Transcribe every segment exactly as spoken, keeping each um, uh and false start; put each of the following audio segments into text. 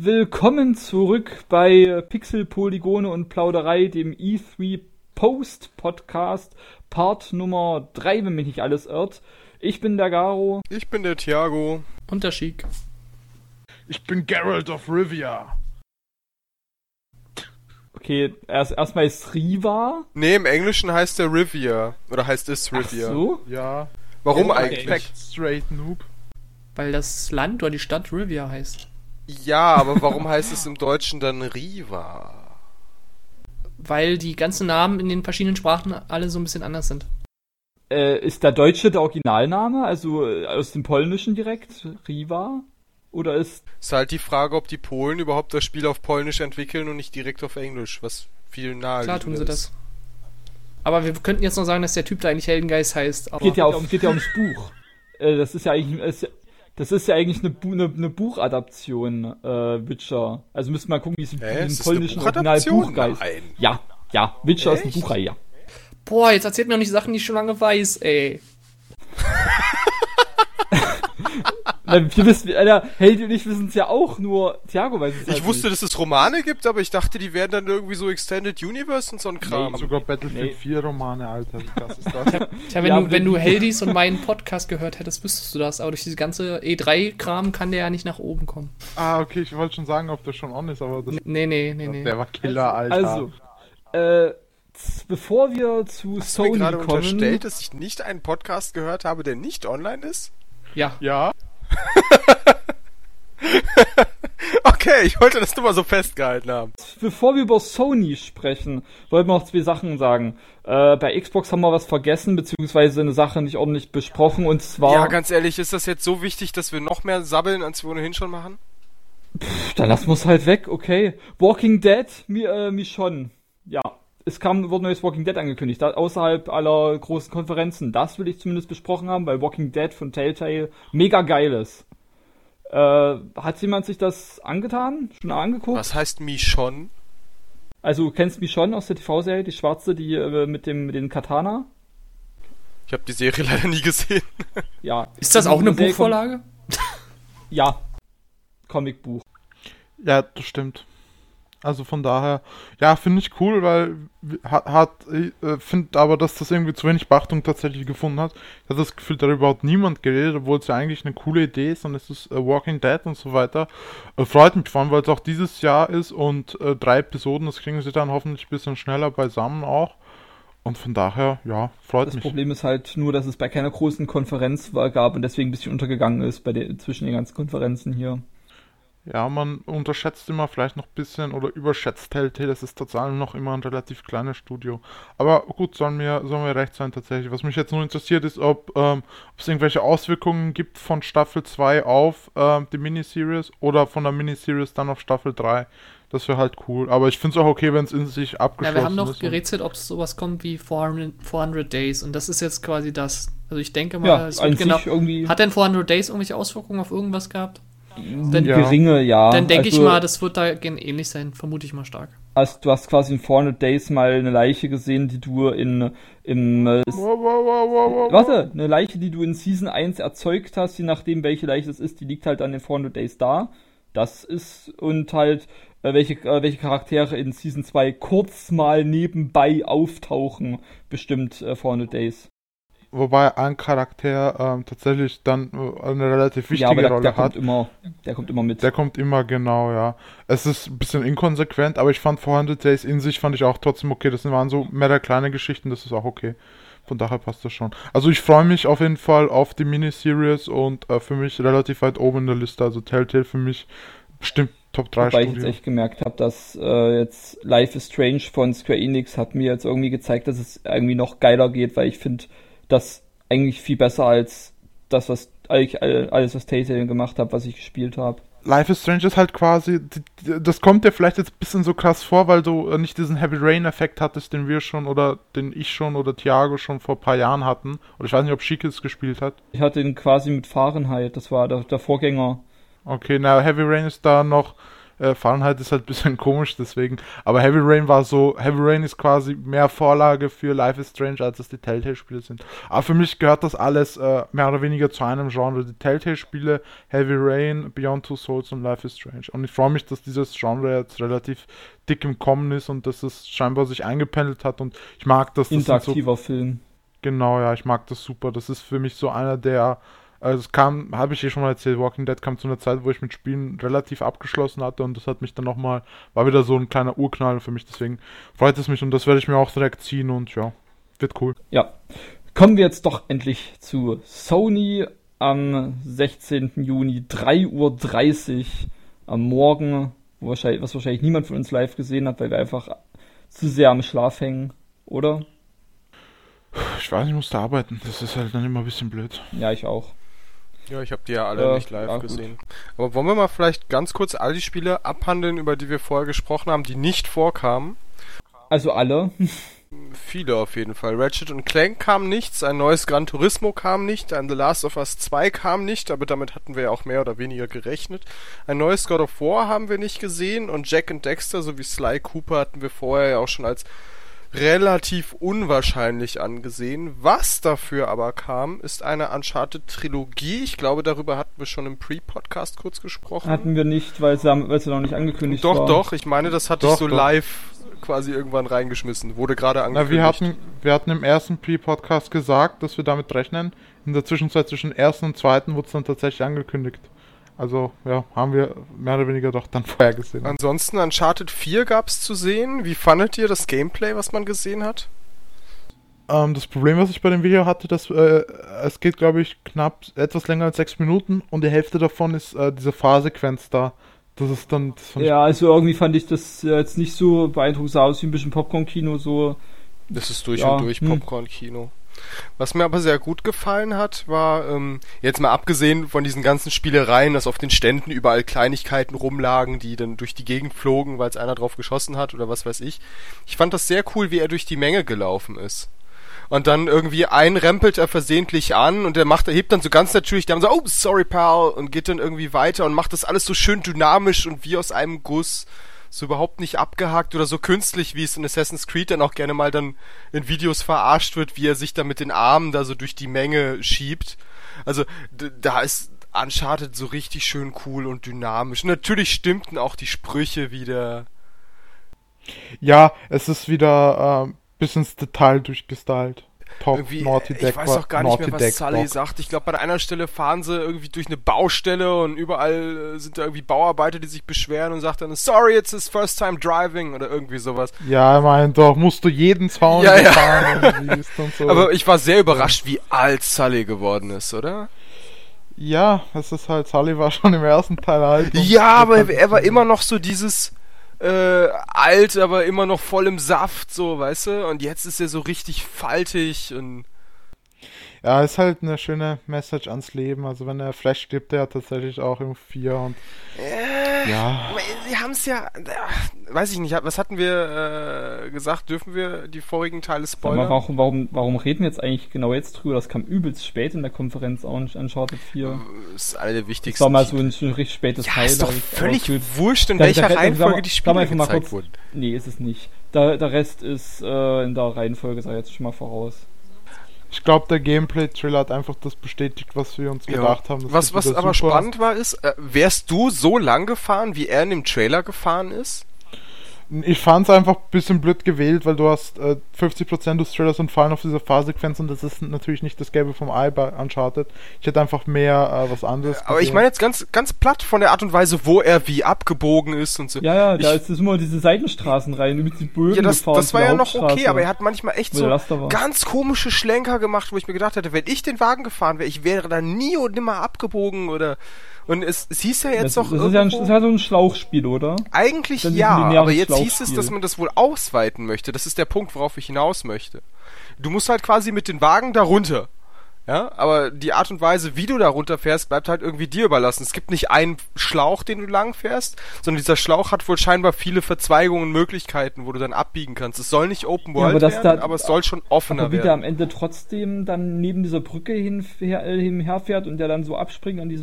willkommen zurück bei Pixel, Polygone und Plauderei, dem E drei Post Podcast, Part Nummer drei, wenn mich nicht alles irrt. Ich bin der Garo. Ich bin der Thiago. Und der Chic. Ich bin Geralt of Rivia. Okay, erst erstmal ist Riva. Nee, im Englischen heißt der Rivia. Oder heißt es Rivia. Ach so? Ja. Warum Okay. eigentlich? Fact straight noob. Weil das Land oder die Stadt Rivia heißt. Ja, aber warum heißt es im Deutschen dann Riva? Weil die ganzen Namen in den verschiedenen Sprachen alle so ein bisschen anders sind. Äh, ist der Deutsche der Originalname, also äh, aus dem Polnischen direkt, Riva? Oder ist... Ist halt die Frage, ob die Polen überhaupt das Spiel auf Polnisch entwickeln und nicht direkt auf Englisch, was viel nahe Klar tun sie das. Aber wir könnten jetzt noch sagen, dass der Typ da eigentlich Heldengeist heißt. Aber geht ja, um, geht ja ums Buch. Äh, das ist ja eigentlich... Ist, das ist ja eigentlich eine, Bu- eine, eine Buchadaption, äh, Witcher. Also müssen wir mal gucken, wie es im, Hä? im Ist das eine polnischen Buchadaption? Originalbuchgeist... Nein. Ja, ja, Witcher Echt? ist eine Buchreihe, ja. Boah, jetzt erzählt mir noch nicht Sachen, die ich schon lange weiß, ey. Wir wissen, Alter, Heldi und ich wissen es ja auch, nur Thiago weiß es halt Ich wusste, nicht. dass es Romane gibt, aber ich dachte, die wären dann irgendwie so Extended Universe und so ein Kram. Sogar Battlefield Nee. vier Romane, Alter. Wie krass ist das? Tja, wenn, Ja, du, wenn wir- du Heldis und meinen Podcast gehört hättest, wüsstest du das. Aber durch diese ganze E drei Kram kann der ja nicht nach oben kommen. Ah, okay, ich wollte schon sagen, ob das schon on ist, aber das, Nee, nee, nee, nee. der war Killer, Alter. Also, äh, z- bevor wir zu Hast du mir Sony gerade kommen... unterstellt, dass ich nicht einen Podcast gehört habe, der nicht online ist? Ja. Ja? Okay, ich wollte das nur mal so festgehalten haben. Bevor wir über Sony sprechen, wollten wir noch zwei Sachen sagen. Äh, bei Xbox haben wir was vergessen, beziehungsweise eine Sache nicht ordentlich besprochen, und zwar... Ja, ganz ehrlich, ist das jetzt so wichtig, dass wir noch mehr sabbeln, als wir ohnehin schon machen? Dann lassen wir es halt weg, okay. Walking Dead, mi, äh, Michonne. Ja, es kam, wurde neues Walking Dead angekündigt, da, außerhalb aller großen Konferenzen. Das will ich zumindest besprochen haben, weil Walking Dead von Telltale mega geil ist. Äh, hat jemand sich das angetan? Schon angeguckt? Was heißt Michonne? Also, du kennst Michonne aus der T V-Serie, die schwarze, die äh, mit dem mit den Katana? Ich habe die Serie leider nie gesehen. Ja. Ist das auch eine Serie Buchvorlage? kommt- Ja. Comicbuch. Ja, das stimmt. Also von daher, ja, finde ich cool, weil hat, hat äh, finde aber, dass das irgendwie zu wenig Beachtung tatsächlich gefunden hat. Ich hatte das Gefühl, darüber hat niemand geredet, obwohl es ja eigentlich eine coole Idee ist und es ist äh, Walking Dead und so weiter. Äh, freut mich vor allem, weil es auch dieses Jahr ist und äh, drei Episoden, das kriegen sie dann hoffentlich ein bisschen schneller beisammen auch. Und von daher, ja, freut Das mich. Problem ist halt nur, dass es bei keiner großen Konferenz war, gab und deswegen ein bisschen untergegangen ist bei den, zwischen den ganzen Konferenzen hier. Ja, man unterschätzt immer vielleicht noch ein bisschen oder überschätzt Telltale, das ist tatsächlich noch immer ein relativ kleines Studio. Aber gut, soll mir, soll mir recht sein tatsächlich. Was mich jetzt nur interessiert ist, ob ähm, ob es irgendwelche Auswirkungen gibt von Staffel zwei auf ähm, die Miniseries oder von der Miniseries dann auf Staffel drei. Das wäre halt cool. Aber ich finde es auch okay, wenn es in sich abgeschlossen Ja, wir haben ist. noch und- gerätselt, ob es sowas kommt wie vierhundert, vierhundert Days. Und das ist jetzt quasi das. Also ich denke mal, Ja, es an wird genau. sich irgendwie Hat denn vierhundert Days irgendwelche Auswirkungen auf irgendwas gehabt? Dann, Ja. geringe, ja. dann denke also, ich mal, das wird da gen- ähnlich sein. Vermute ich mal stark. hast, du hast quasi in vierhundert Days mal eine Leiche gesehen, die du in, im, äh, Wow, wow, wow, wow, wow. warte, eine Leiche, die du in Season eins erzeugt hast, je nachdem welche Leiche es ist, die liegt halt an den vierhundert Days da. Das ist, und halt, äh, welche, äh, welche Charaktere in Season zwei kurz mal nebenbei auftauchen, bestimmt äh, vierhundert Days. Wobei ein Charakter ähm, tatsächlich dann äh, eine relativ wichtige Ja, aber der, Rolle der hat. kommt immer, der kommt immer mit. Der kommt immer, genau, ja. Es ist ein bisschen inkonsequent, aber ich fand vierhundert Days in sich fand ich auch trotzdem okay. Das waren so mehr kleine Geschichten, das ist auch okay. Von daher passt das schon. Also ich freue mich auf jeden Fall auf die Miniseries und äh, für mich relativ weit oben in der Liste. Also Telltale für mich bestimmt Top drei Wobei ich jetzt Studio. echt gemerkt habe, dass äh, jetzt Life is Strange von Square Enix hat mir jetzt irgendwie gezeigt, dass es irgendwie noch geiler geht, weil ich finde das eigentlich viel besser als das, was eigentlich all- alles, was Telltale gemacht hat, was ich gespielt habe. Life is Strange ist halt quasi, d- d- das kommt dir vielleicht jetzt ein bisschen so krass vor, weil du äh, nicht diesen Heavy Rain Effekt hattest, den wir schon oder den ich schon oder Thiago schon vor ein paar Jahren hatten. Oder ich weiß nicht, ob Chic es gespielt hat. Ich hatte ihn quasi mit Fahrenheit, das war der, der Vorgänger. Okay, na, Heavy Rain ist da noch Äh, Fahrenheit ist halt ein bisschen komisch, deswegen. Aber Heavy Rain war so, Heavy Rain ist quasi mehr Vorlage für Life is Strange, als es die Telltale-Spiele sind. Aber für mich gehört das alles äh, mehr oder weniger zu einem Genre. Die Telltale-Spiele, Heavy Rain, Beyond Two Souls und Life is Strange. Und ich freue mich, dass dieses Genre jetzt relativ dick im Kommen ist und dass es scheinbar sich eingependelt hat und ich mag das. das Interaktiver so, Film. Genau, ja, ich mag das super. Das ist für mich so einer der, also es kam, habe ich eh schon mal erzählt, Walking Dead kam zu einer Zeit, wo ich mit Spielen relativ abgeschlossen hatte und das hat mich dann nochmal, war wieder so ein kleiner Urknall für mich, deswegen freut es mich und das werde ich mir auch direkt ziehen und ja, wird cool. Ja, kommen wir jetzt doch endlich zu Sony am sechzehnten Juni, drei Uhr dreißig am Morgen, wo wahrscheinlich, was wahrscheinlich niemand von uns live gesehen hat, weil wir einfach zu sehr am Schlaf hängen, oder? Ich weiß, ich musste arbeiten. Das ist halt dann immer ein bisschen blöd. Ja, ich auch. Ja, ich habe die ja alle äh, nicht live ja, gesehen. Aber wollen wir mal vielleicht ganz kurz all die Spiele abhandeln, über die wir vorher gesprochen haben, die nicht vorkamen? Also alle. Viele auf jeden Fall. Ratchet und Clank kam nichts, ein neues Gran Turismo kam nicht, ein The Last of Us zwei kam nicht, aber damit hatten wir ja auch mehr oder weniger gerechnet. Ein neues God of War haben wir nicht gesehen und Jack and Dexter sowie Sly Cooper hatten wir vorher ja auch schon als relativ unwahrscheinlich angesehen. Was dafür aber kam, ist eine Uncharted-Trilogie. Ich glaube, darüber hatten wir schon im Pre-Podcast kurz gesprochen. Hatten wir nicht, weil sie, weil sie noch nicht angekündigt doch, war. Doch, doch. Ich meine, das hatte Doch, ich so doch. live quasi irgendwann reingeschmissen. Wurde gerade angekündigt. Na, wir hatten, wir hatten im ersten Pre-Podcast gesagt, dass wir damit rechnen. In der Zwischenzeit zwischen ersten und zweiten wurde es dann tatsächlich angekündigt. Also, ja, haben wir mehr oder weniger doch dann vorher gesehen. Ansonsten Uncharted vier gab es zu sehen. Wie fandet ihr das Gameplay, was man gesehen hat? Ähm, das Problem, was ich bei dem Video hatte, dass äh, es geht, glaube ich, knapp etwas länger als sechs Minuten und die Hälfte davon ist äh, diese Fahrsequenz da. Das ist dann... Das fand Ja, also irgendwie fand ich das jetzt nicht so beeindruckend, sah aus wie ein bisschen Popcorn-Kino, so... Das ist durch ja, und durch hm. Popcorn-Kino. Was mir aber sehr gut gefallen hat, war, ähm, jetzt mal abgesehen von diesen ganzen Spielereien, dass auf den Ständen überall Kleinigkeiten rumlagen, die dann durch die Gegend flogen, weil es einer drauf geschossen hat oder was weiß ich. Ich fand das sehr cool, wie er durch die Menge gelaufen ist. Und dann irgendwie einen rempelt er versehentlich an und der macht, er hebt dann so ganz natürlich, der so, oh, sorry, pal, und geht dann irgendwie weiter und macht das alles so schön dynamisch und wie aus einem Guss. So überhaupt nicht abgehakt oder so künstlich, wie es in Assassin's Creed dann auch gerne mal dann in Videos verarscht wird, wie er sich da mit den Armen da so durch die Menge schiebt. Also d- da ist Uncharted so richtig schön cool und dynamisch. Und natürlich stimmten auch die Sprüche wieder. Ja, es ist wieder äh, bis ins Detail durchgestylt. Top, Irgendwie, Naughty ich Deck, weiß auch gar nicht mehr, Naughty was Sully Deck, sagt. Ich glaube, bei einer Stelle fahren sie irgendwie durch eine Baustelle und überall äh, sind da irgendwie Bauarbeiter, die sich beschweren und sagt dann, sorry, it's his first time driving oder irgendwie sowas. Ja, ich meine, doch musst du jeden Zaun Ja, ja. fahren und, und so. Aber ich war sehr überrascht, wie alt Sully geworden ist, oder? Ja, es ist halt, Sully war schon im ersten Teil alt. und Ja, aber jetzt er war immer noch so dieses äh, alt, aber immer noch voll im Saft, so, weißt du? Und jetzt ist er so richtig faltig und... Ja, ist halt eine schöne Message ans Leben. Also wenn er Flash stirbt, er tatsächlich auch im vier und Äh, ja. Sie haben es ja... Äh, weiß ich nicht, was hatten wir äh, gesagt? Dürfen wir die vorigen Teile Sag spoilern? mal, warum, warum, warum reden wir jetzt eigentlich genau jetzt drüber? Das kam übelst spät in der Konferenz an Uncharted vier. Das ist eine der Das wichtigsten. war mal so ein, so ein richtig spätes ja, Teil. ist doch aber- völlig aber wurscht, in Da- welcher da- da- Reihenfolge sag- die sag Spiele mal einfach mal gezeigt kurz- wurden. Nee, ist es nicht. Der, der Rest ist äh, in der Reihenfolge, sag ich jetzt schon mal voraus. Ich glaube, der Gameplay-Trailer hat einfach das bestätigt, was wir uns Ja. gedacht haben. Das Was, wird was wieder aber super. spannend war, ist, äh, wärst du so lang gefahren, wie er in dem Trailer gefahren ist? Ich fand es einfach ein bisschen blöd gewählt, weil du hast äh, fünfzig Prozent des Trailers und fallen auf diese Fahrsequenz und das ist natürlich nicht das Gelbe vom Ei bei Uncharted. Ich hätte einfach mehr äh, was anderes Aber ich gesehen. meine jetzt ganz, ganz platt von der Art und Weise, wo er wie abgebogen ist und so. Ja, ja, da Ich- ist es immer diese Seitenstraßen rein, mit die Bögen Ja, das, gefahren. das zu war der ja noch okay, Hauptstraße, aber er hat manchmal echt wo so der Laster war. ganz komische Schlenker gemacht, wo ich mir gedacht hätte, wenn ich den Wagen gefahren wäre, ich wäre da nie und nimmer abgebogen oder... Und es, es hieß ja jetzt das, doch das ist ja, ein, irgendwo- das ist ja so ein Schlauchspiel, oder? Eigentlich Das ist ein ja, lineares aber jetzt hieß es, Schlauchspiel. dass man das wohl ausweiten möchte. Das ist der Punkt, worauf ich hinaus möchte. Du musst halt quasi mit den Wagen da runter. Ja, aber die Art und Weise, wie du da runterfährst, bleibt halt irgendwie dir überlassen. Es gibt nicht einen Schlauch, den du lang fährst, sondern dieser Schlauch hat wohl scheinbar viele Verzweigungen und Möglichkeiten, wo du dann abbiegen kannst. Es soll nicht Open Ja, World aber das werden, da- aber es soll schon offener Aber wie der werden. am Ende trotzdem dann neben dieser Brücke hin, her, äh, hinherfährt und der dann so abspringt an diesem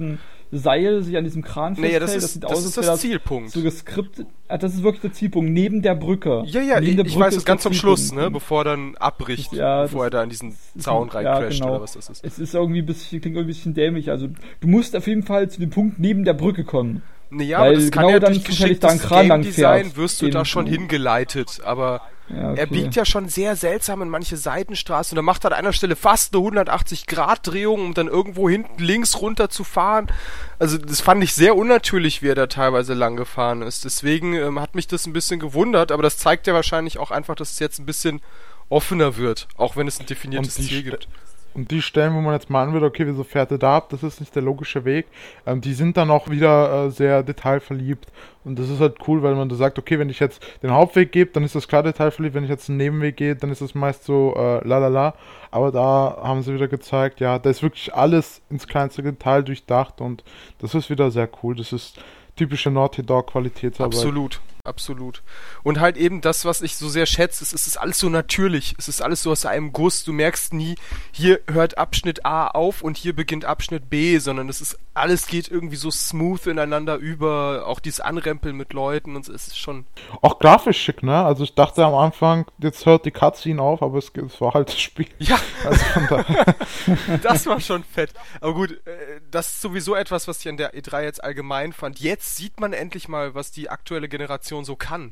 Seil sich an diesem Kran festhält. Nee, das ist, das sieht das aus, ist als das wäre das Zielpunkt. so geskriptet. Ah, das ist wirklich der Zielpunkt, neben der Brücke. Ja, ja, neben ich, der ich Brücke weiß, das ist ganz der zum Schluss, Zielpunkt. ne, bevor er dann abbricht, Ja, bevor er das da in diesen Zaun ja, reincrasht genau. oder was das ist. Es ist irgendwie ein bisschen, klingt irgendwie ein bisschen dämlich. Also du musst auf jeden Fall zu dem Punkt neben der Brücke kommen. Naja, Weil aber das kann genau ja dann durch zufällig da ein geschicktes Kran lang Game-Design fährt, wirst du den da schon du- hingeleitet, aber Ja, okay. er biegt ja schon sehr seltsam in manche Seitenstraßen und er macht an einer Stelle fast eine hundertachtzig Grad Drehung, um dann irgendwo hinten links runter zu fahren. Also das fand ich sehr unnatürlich, wie er da teilweise lang gefahren ist. Deswegen ähm, hat mich das ein bisschen gewundert, aber das zeigt ja wahrscheinlich auch einfach, dass es jetzt ein bisschen offener wird, auch wenn es ein definiertes Und die Ziel St- gibt. Und die Stellen, wo man jetzt meinen würde, okay, wieso fährt er da ab, das ist nicht der logische Weg, ähm, die sind dann auch wieder äh, sehr detailverliebt. Und das ist halt cool, weil man da sagt, okay, wenn ich jetzt den Hauptweg gebe, dann ist das klar detailverliebt, wenn ich jetzt einen Nebenweg gehe, dann ist das meist so äh, lalala. Aber da haben sie wieder gezeigt, ja, da ist wirklich alles ins kleinste Detail durchdacht und das ist wieder sehr cool. Das ist typische Naughty Dog Qualitätsarbeit. Absolut, absolut. Und halt eben das, was ich so sehr schätze, ist, es ist alles so natürlich. Es ist alles so aus einem Guss. Du merkst nie, hier hört Abschnitt A auf und hier beginnt Abschnitt B, sondern es ist, alles geht irgendwie so smooth ineinander über. Auch dieses Anrempeln mit Leuten und so, es ist schon... Auch grafisch schick, ne? Also ich dachte am Anfang, jetzt hört die Cutscene auf, aber es, es war halt das Spiel. Ja, Also von daher. das war schon fett. Aber gut, äh, das ist sowieso etwas, was ich an der E drei jetzt allgemein fand. Jetzt sieht man endlich mal, was die aktuelle Generation so kann.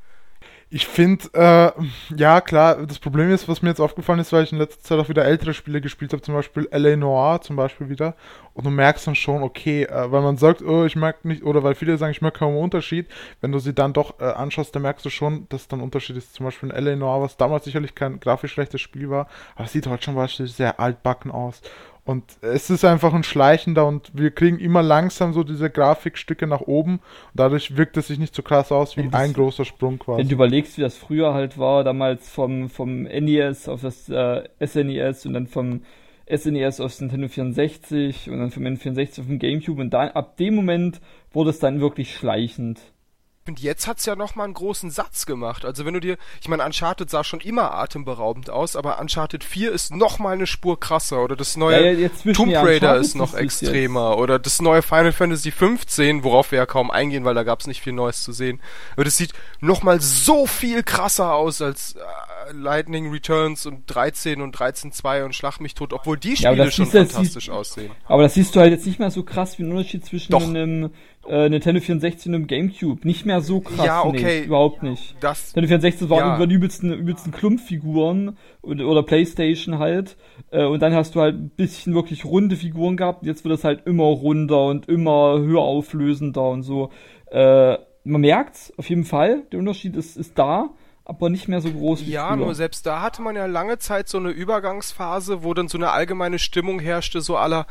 Ich finde, äh, ja klar, das Problem ist, was mir jetzt aufgefallen ist, weil ich in letzter Zeit auch wieder ältere Spiele gespielt habe, zum Beispiel L A Noire zum Beispiel wieder, und du merkst dann schon, okay, äh, weil man sagt, oh, ich merke nicht, oder weil viele sagen, ich merke kaum einen Unterschied, wenn du sie dann doch äh, anschaust, dann merkst du schon, dass dann ein Unterschied ist. Zum Beispiel in L A Noire, was damals sicherlich kein grafisch schlechtes Spiel war, aber es sieht heute schon beispielsweise sehr altbacken aus. Und es ist einfach ein Schleichender und wir kriegen immer langsam so diese Grafikstücke nach oben und dadurch wirkt es sich nicht so krass aus wie Wenn das- ein großer Sprung quasi. Wenn du überlegst, wie das früher halt war, damals vom, vom N E S auf das äh, S N E S und dann vom S N E S aufs Nintendo vierundsechzig und dann vom N vierundsechzig auf den Gamecube und dann ab dem Moment wurde es dann wirklich schleichend. Und jetzt hat's ja nochmal einen großen Satz gemacht. Also wenn du dir, ich meine, Uncharted sah schon immer atemberaubend aus, aber Uncharted vier ist nochmal eine Spur krasser. Oder das neue Ja, ja, jetzt zwischen Tomb den Raider Uncharted ist noch ist es extremer. Oder das neue Final Fantasy fünfzehn, worauf wir ja kaum eingehen, weil da gab's nicht viel Neues zu sehen. Aber das sieht nochmal so viel krasser aus als äh, Lightning Returns und dreizehn und dreizehn zwei und Schlag mich tot, obwohl die Ja, aber Spiele das schon siehst du jetzt fantastisch aussehen. Aber das siehst du halt jetzt nicht mehr so krass wie ein Unterschied zwischen Doch. einem äh, Nintendo vierundsechzig und einem Gamecube. Nicht mehr so krass, Ja, okay. nee, überhaupt nicht. Das, Nintendo vierundsechzig waren Ja. über die übelsten, übelsten Klumpfiguren oder, oder Playstation halt. Äh, und dann hast du halt ein bisschen wirklich runde Figuren gehabt. Jetzt wird es halt immer runder und immer höher auflösender und so. Äh, man merkt's auf jeden Fall. Der Unterschied ist, ist da, aber nicht mehr so groß wie Ja, früher. nur selbst da hatte man ja lange Zeit so eine Übergangsphase, wo dann so eine allgemeine Stimmung herrschte, so aller,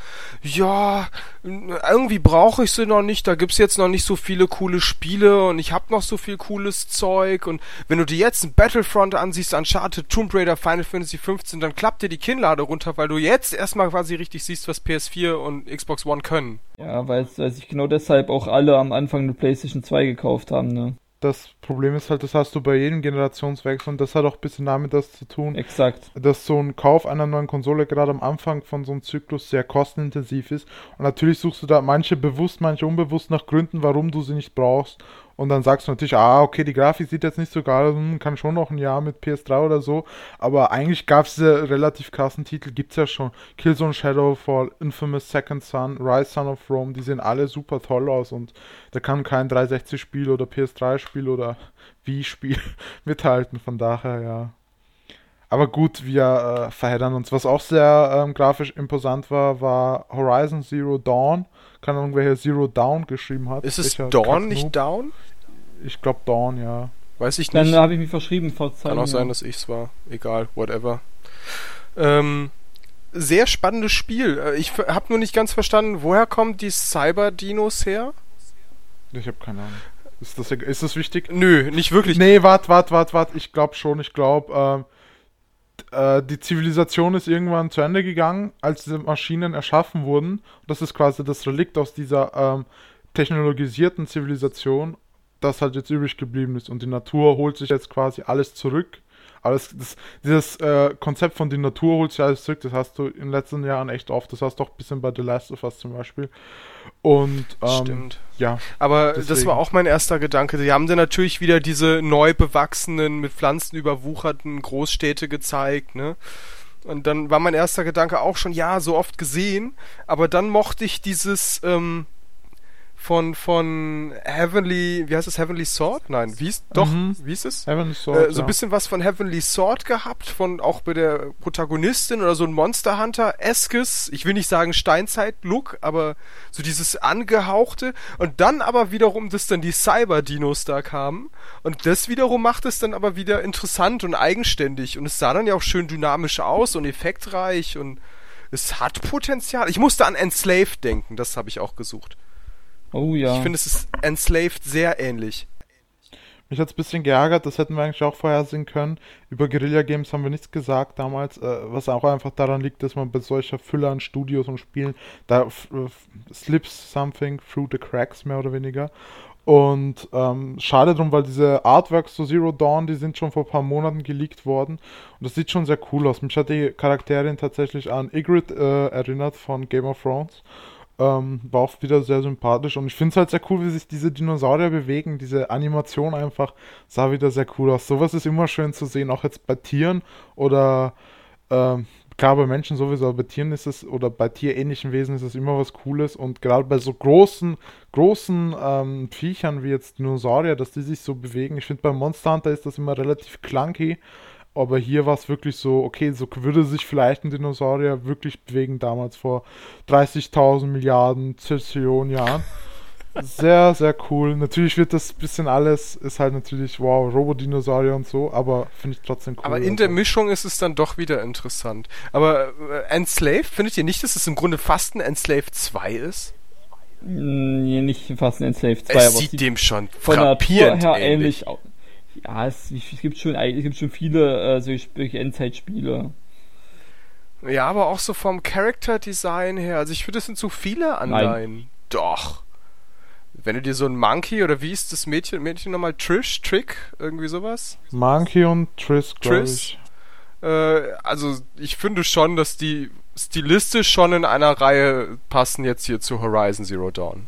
ja, irgendwie brauche ich sie noch nicht, da gibt's jetzt noch nicht so viele coole Spiele und ich hab noch so viel cooles Zeug und wenn du dir jetzt ein Battlefront ansiehst, Uncharted, Tomb Raider, Final Fantasy fünfzehn, dann klappt dir die Kinnlade runter, weil du jetzt erstmal quasi richtig siehst, was P S vier und Xbox One können. Ja, weil, weil sich genau deshalb auch alle am Anfang eine PlayStation zwei gekauft haben, ne? Das Problem ist halt, das hast du bei jedem Generationswechsel und das hat auch ein bisschen damit das zu tun, Exakt. dass so ein Kauf einer neuen Konsole gerade am Anfang von so einem Zyklus sehr kostenintensiv ist. Und natürlich suchst du da manche bewusst, manche unbewusst nach Gründen, warum du sie nicht brauchst. Und dann sagst du natürlich, ah, okay, die Grafik sieht jetzt nicht so geil aus, hm, kann schon noch ein Jahr mit P S drei oder so. Aber eigentlich gab es diese relativ krassen Titel, gibt's ja schon. Killzone Shadowfall, Infamous Second Son, Rise Son of Rome, die sehen alle super toll aus. Und da kann kein dreihundertsechzig-Spiel oder P S drei-Spiel oder Wii-Spiel mithalten. Von daher, ja. Aber gut, wir äh, verheddern uns. Was auch sehr ähm, grafisch imposant war, war Horizon Zero Dawn. Keine Ahnung, wer hier Zero Dawn geschrieben hat. Ist es Welcher Dawn, Kacknoob? nicht Down? Ich glaube Dawn, ja. Weiß ich Dann nicht. habe ich mich verschrieben vor Zeit. Kann auch sein, dass ich's war. Egal, whatever. Ähm, sehr spannendes Spiel. Äh, Ich f- hab nur nicht ganz verstanden, woher kommen die Cyber-Dinos her? Ich habe keine Ahnung. Ist das, ist das wichtig? Nö, nicht wirklich. Nee, wart, wart, wart, wart. Ich glaube schon. Ich glaube, ähm, äh, die Zivilisation ist irgendwann zu Ende gegangen, als diese Maschinen erschaffen wurden. Das ist quasi das Relikt aus dieser ähm, technologisierten Zivilisation, das halt jetzt übrig geblieben ist. Und die Natur holt sich jetzt quasi alles zurück. Aber das, das, dieses äh, Konzept von die Natur holt sich alles zurück, das hast du in den letzten Jahren echt oft. Das hast du auch ein bisschen bei The Last of Us zum Beispiel. Und, ähm, Stimmt. Ja. Aber deswegen. Das war auch mein erster Gedanke. Die haben dann natürlich wieder diese neu bewachsenen, mit Pflanzen überwucherten Großstädte gezeigt, ne? Und dann war mein erster Gedanke auch schon, ja, so oft gesehen, aber dann mochte ich dieses, ähm, von, von Heavenly, wie heißt es, Heavenly Sword? Nein, wie ist, doch, Mhm. wie ist es? Heavenly Sword, Äh, so ja. ein bisschen was von Heavenly Sword gehabt, von auch bei der Protagonistin oder so ein Monster Hunter-eskes, ich will nicht sagen Steinzeit-Look, aber so dieses angehauchte und dann aber wiederum, dass dann die Cyber-Dinos da kamen und das wiederum macht es dann aber wieder interessant und eigenständig und es sah dann ja auch schön dynamisch aus und effektreich und es hat Potenzial. Ich musste an Enslaved denken, das habe ich auch gesucht. Oh ja. Ich finde, es ist Enslaved sehr ähnlich. Mich hat es ein bisschen geärgert, das hätten wir eigentlich auch vorhersehen können. Über Guerilla Games haben wir nichts gesagt damals, äh, was auch einfach daran liegt, dass man bei solcher Fülle an Studios und Spielen, da f- f- slips something through the cracks, mehr oder weniger. Und ähm, schade drum, weil diese Artworks zu Zero Dawn, die sind schon vor ein paar Monaten geleakt worden. Und das sieht schon sehr cool aus. Mich hat die Charakterin tatsächlich an Ygritte äh, erinnert von Game of Thrones. Ähm, war auch wieder sehr sympathisch und ich finde es halt sehr cool, wie sich diese Dinosaurier bewegen, diese Animation einfach sah wieder sehr cool aus. Sowas ist immer schön zu sehen, auch jetzt bei Tieren oder ähm, klar bei Menschen sowieso, aber bei Tieren ist es oder bei tierähnlichen Wesen ist es immer was Cooles und gerade bei so großen, großen ähm, Viechern wie jetzt Dinosaurier, dass die sich so bewegen. Ich finde bei Monster Hunter ist das immer relativ clunky. Aber hier war es wirklich so, okay, so würde sich vielleicht ein Dinosaurier wirklich bewegen damals vor dreißigtausend Milliarden Zillionen Jahren. Sehr, sehr cool. Natürlich wird das bisschen alles, ist halt natürlich, wow, Robodinosaurier und so, aber finde ich trotzdem cool. Aber in der Mischung ist es dann doch wieder interessant. Aber äh, Enslaved, findet ihr nicht, dass es im Grunde fast ein Enslaved zwei ist? Nee, nicht fast ein Enslaved zwei, Es aber sieht dem schon von der Natur frappierend her ähnlich. ähnlich aus. Ja, es, es gibt schon es gibt schon viele äh, solche solche Endzeitspiele. Ja, aber auch so vom Character-Design her. Also ich finde, es sind zu viele Anleihen. Doch. Wenn du dir so ein Monkey oder wie ist das Mädchen, Mädchen nochmal? Trish? Trick? Irgendwie sowas? Monkey und Triss, glaube Triss? ich. Äh, also ich finde schon, dass die stilistisch schon in einer Reihe passen jetzt hier zu Horizon Zero Dawn.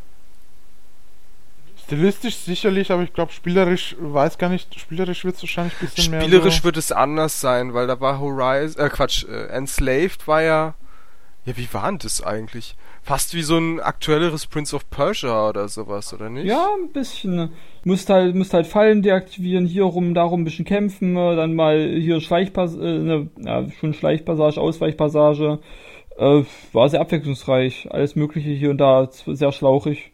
Stilistisch sicherlich, aber ich glaube spielerisch, weiß gar nicht, spielerisch wird es wahrscheinlich ein bisschen mehr Spielerisch so. wird es anders sein, weil da war Horizon, äh Quatsch, äh, Enslaved war ja, ja wie war denn das eigentlich? Fast wie so ein aktuelleres Prince of Persia oder sowas, oder nicht? Ja, ein bisschen. Musst halt, musst halt Fallen deaktivieren, hier rum, darum ein bisschen kämpfen, äh, dann mal hier Schleichpassage, äh, ne, ja, schon Schleichpassage, Ausweichpassage. Äh, war sehr abwechslungsreich. Alles Mögliche hier und da, sehr schlauchig.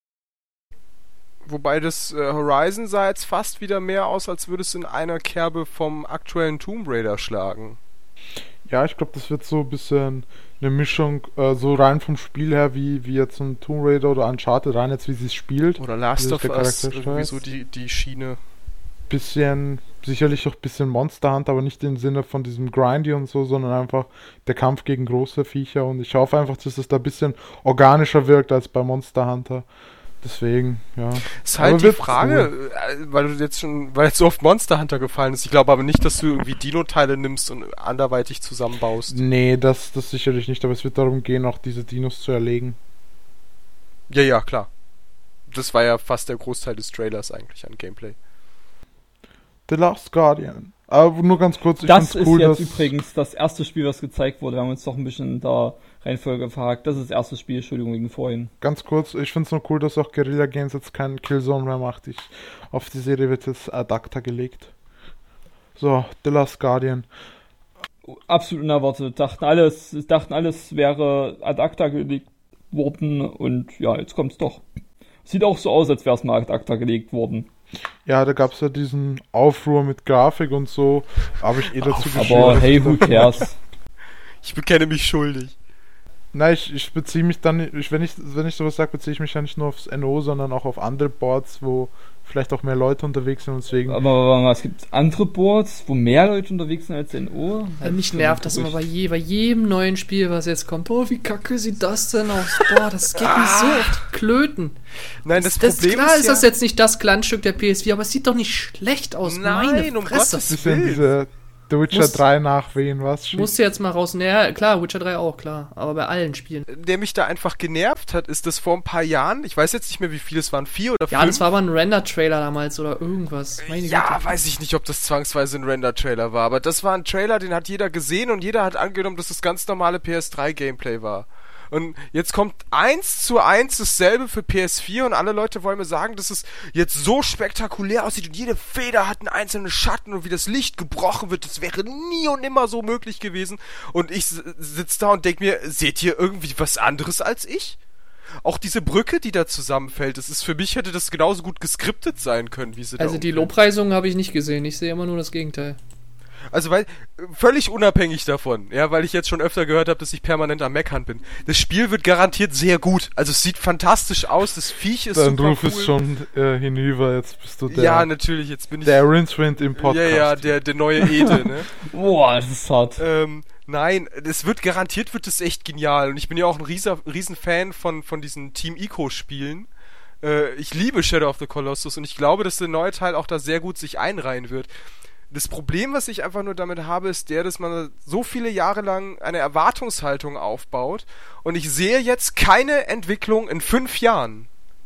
Wobei das äh, Horizon sah jetzt fast wieder mehr aus, als würde es in einer Kerbe vom aktuellen Tomb Raider schlagen. Ja, ich glaube, das wird so ein bisschen eine Mischung, äh, so rein vom Spiel her, wie, wie jetzt ein Tomb Raider oder Uncharted, rein jetzt, wie sie es spielt. Oder Last Wie of sich der Us, Charakter irgendwie steuert. so die, die Schiene. Bisschen, sicherlich auch ein bisschen Monster Hunter, aber nicht im Sinne von diesem Grindy und so, sondern einfach der Kampf gegen große Viecher und ich hoffe einfach, dass es da ein bisschen organischer wirkt als bei Monster Hunter. Deswegen, ja. Ist halt Aber die wird's Frage, äh, weil du jetzt schon, weil jetzt so oft Monster Hunter gefallen ist. Ich glaube aber nicht, dass du irgendwie Dino-Teile nimmst und anderweitig zusammenbaust. Nee, das, das sicherlich nicht, aber es wird darum gehen, auch diese Dinos zu erlegen. Ja, ja, klar. Das war ja fast der Großteil des Trailers eigentlich an Gameplay. The Last Guardian. Aber nur ganz kurz, ich Das find's ist cool, jetzt dass... übrigens das erste Spiel, was gezeigt wurde. Wir haben uns doch ein bisschen in der Reihenfolge verhakt. Das ist das erste Spiel, Entschuldigung, wegen vorhin. Ganz kurz, ich finde es nur cool, dass auch Guerilla Games jetzt keinen Killzone mehr macht. Ich, auf die Serie wird jetzt Adapter gelegt. So, The Last Guardian. Absolut unerwartet. Dachten alles, dachten alles wäre ad acta gelegt worden und ja, jetzt kommt's doch. Sieht auch so aus, als wäre es mal ad acta gelegt worden. Ja, da gab es ja diesen Aufruhr mit Grafik und so. Habe ich eh dazu geschrieben. Aber dass hey, ich who da- cares? Ich bekenne mich schuldig. Nein, ich, ich beziehe mich dann, ich, wenn ich wenn ich sowas sage, beziehe ich mich ja nicht nur aufs N O, sondern auch auf andere Boards, wo vielleicht auch mehr Leute unterwegs sind und deswegen. Aber, aber es gibt andere Boards, wo mehr Leute unterwegs sind als N O. Also mich nervt das immer bei, je, bei jedem neuen Spiel, was jetzt kommt. Oh, wie kacke sieht das denn aus? Boah, das geht mir so auf die Klöten. Nein, das, das Problem klar ist ist ja, das jetzt nicht das Glanzstück der P S vier, aber es sieht doch nicht schlecht aus. Nein, Meine um Fresse. Gottes Das sind Willen. diese The Witcher Muss- drei Nachwehen, was? Musst du jetzt mal raus. Naja, klar, Witcher drei auch, klar. Aber bei allen Spielen. der mich da einfach genervt hat, ist das vor ein paar Jahren, ich weiß jetzt nicht mehr, wie viele es waren, vier oder Ja, fünf. das war aber ein Render-Trailer damals oder irgendwas. Meine Ja, Güte. weiß ich nicht, ob das zwangsweise ein Render-Trailer war, aber das war ein Trailer, den hat jeder gesehen und jeder hat angenommen, dass das ganz normale P S drei Gameplay war. Und jetzt kommt eins zu eins dasselbe für P S vier und alle Leute wollen mir sagen, dass es jetzt so spektakulär aussieht und jede Feder hat einen einzelnen Schatten und wie das Licht gebrochen wird, das wäre nie und nimmer so möglich gewesen. Und ich s- sitz da und denk mir, seht ihr irgendwie was anderes als ich? Auch diese Brücke, die da zusammenfällt, das ist für mich, hätte das genauso gut geskriptet sein können, wie sie da Also die umfällt. Lobpreisungen habe ich nicht gesehen. Ich sehe immer nur das Gegenteil. Also weil, völlig unabhängig davon, ja, weil ich jetzt schon öfter gehört habe, dass ich permanent am Meckern bin. Das Spiel wird garantiert sehr gut. Also es sieht fantastisch aus, das Viech ist Dein super Ruf cool. ist schon äh, hinüber, jetzt bist du der, ja, natürlich, jetzt bin ich... der Rincewind im Podcast. ja, ja, der, der neue Ede, ne? Boah, das ist hart. ähm, nein, es wird garantiert, wird es echt genial. Und ich bin ja auch ein rieser, riesen Fan von, von diesen Team Ico-Spielen. Äh, ich liebe Shadow of the Colossus und ich glaube, dass der neue Teil auch da sehr gut sich einreihen wird. Das Problem, was ich einfach nur damit habe, ist der, dass man so viele Jahre lang eine Erwartungshaltung aufbaut und ich sehe jetzt keine Entwicklung in fünf Jahren.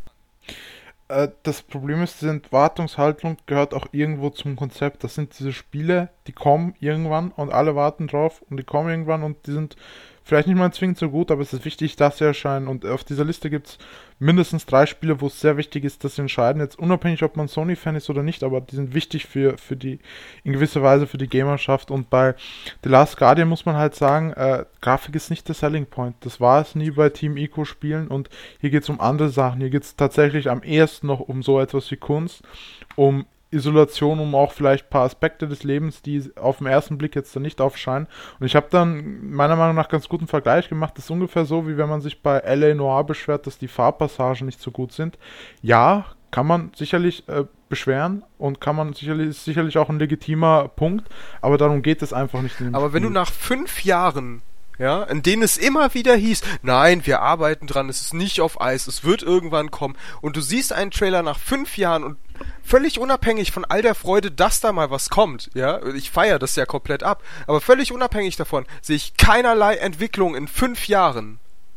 Äh, das Problem ist, diese Erwartungshaltung gehört auch irgendwo zum Konzept. Das sind diese Spiele, die kommen irgendwann und alle warten drauf und die kommen irgendwann und die sind vielleicht nicht mal zwingend so gut, aber es ist wichtig, dass sie erscheinen. Und auf dieser Liste gibt es mindestens drei Spiele, wo es sehr wichtig ist, dass sie entscheiden. Jetzt unabhängig, ob man Sony-Fan ist oder nicht, aber die sind wichtig für, für die, in gewisser Weise für die Gamerschaft. Und bei The Last Guardian muss man halt sagen, äh, Grafik ist nicht der Selling Point. Das war es nie bei Team Ico-Spielen und hier geht es um andere Sachen. Hier geht es tatsächlich am ehesten noch um so etwas wie Kunst, um Isolation, um auch vielleicht ein paar Aspekte des Lebens, die auf den ersten Blick jetzt da nicht aufscheinen. Und ich habe dann meiner Meinung nach ganz guten Vergleich gemacht. Das ist ungefähr so, wie wenn man sich bei L A Noire beschwert, dass die Farbpassagen nicht so gut sind. Ja, kann man sicherlich äh, beschweren und kann man sicherlich, ist sicherlich auch ein legitimer Punkt, aber darum geht es einfach nicht in dem Aber wenn du Spiel. nach fünf Jahren, ja, in denen es immer wieder hieß, nein, wir arbeiten dran, es ist nicht auf Eis, es wird irgendwann kommen, und du siehst einen Trailer nach fünf Jahren und völlig unabhängig von all der Freude, dass da mal was kommt, ja, ich feiere das ja komplett ab, aber völlig unabhängig davon sehe ich keinerlei Entwicklung in fünf Jahren.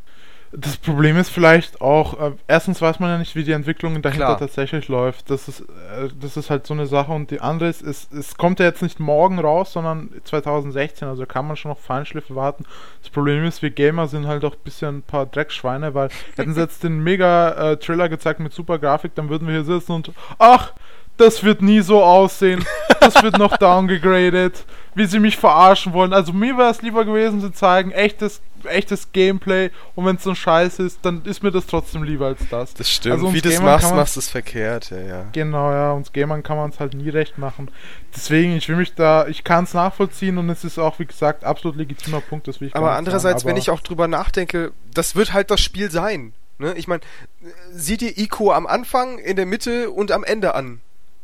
Das Problem ist vielleicht auch, äh, erstens weiß man ja nicht, wie die Entwicklung dahinter Klar. tatsächlich läuft. Das ist, äh, das ist halt so eine Sache. Und die andere ist, es, es kommt ja jetzt nicht morgen raus, sondern zwanzig sechzehn, also kann man schon noch Feinschliffe warten. Das Problem ist, wir Gamer sind halt auch ein bisschen ein paar Dreckschweine, weil hätten sie jetzt den Mega-Trailer gezeigt mit super Grafik, dann würden wir hier sitzen und, ach, das wird nie so aussehen, das wird noch downgegradet, wie sie mich verarschen wollen. Also mir wäre es lieber gewesen, sie zeigen echtes, echtes Gameplay, und wenn es so scheiße ist, dann ist mir das trotzdem lieber als das. Das stimmt, Also uns wie du es Gamern machst, kann man- machst du es verkehrt, ja, ja. Genau, ja, uns Gamern kann man es halt nie recht machen. Deswegen, ich will mich da, ich kann es nachvollziehen und es ist auch, wie gesagt, absolut legitimer Punkt, das will ich gar Aber nicht andererseits, sagen, wenn ich auch drüber nachdenke, das wird halt das Spiel sein. Ne? Ich meine, sieh dir Ico am Anfang, in der Mitte und am Ende an.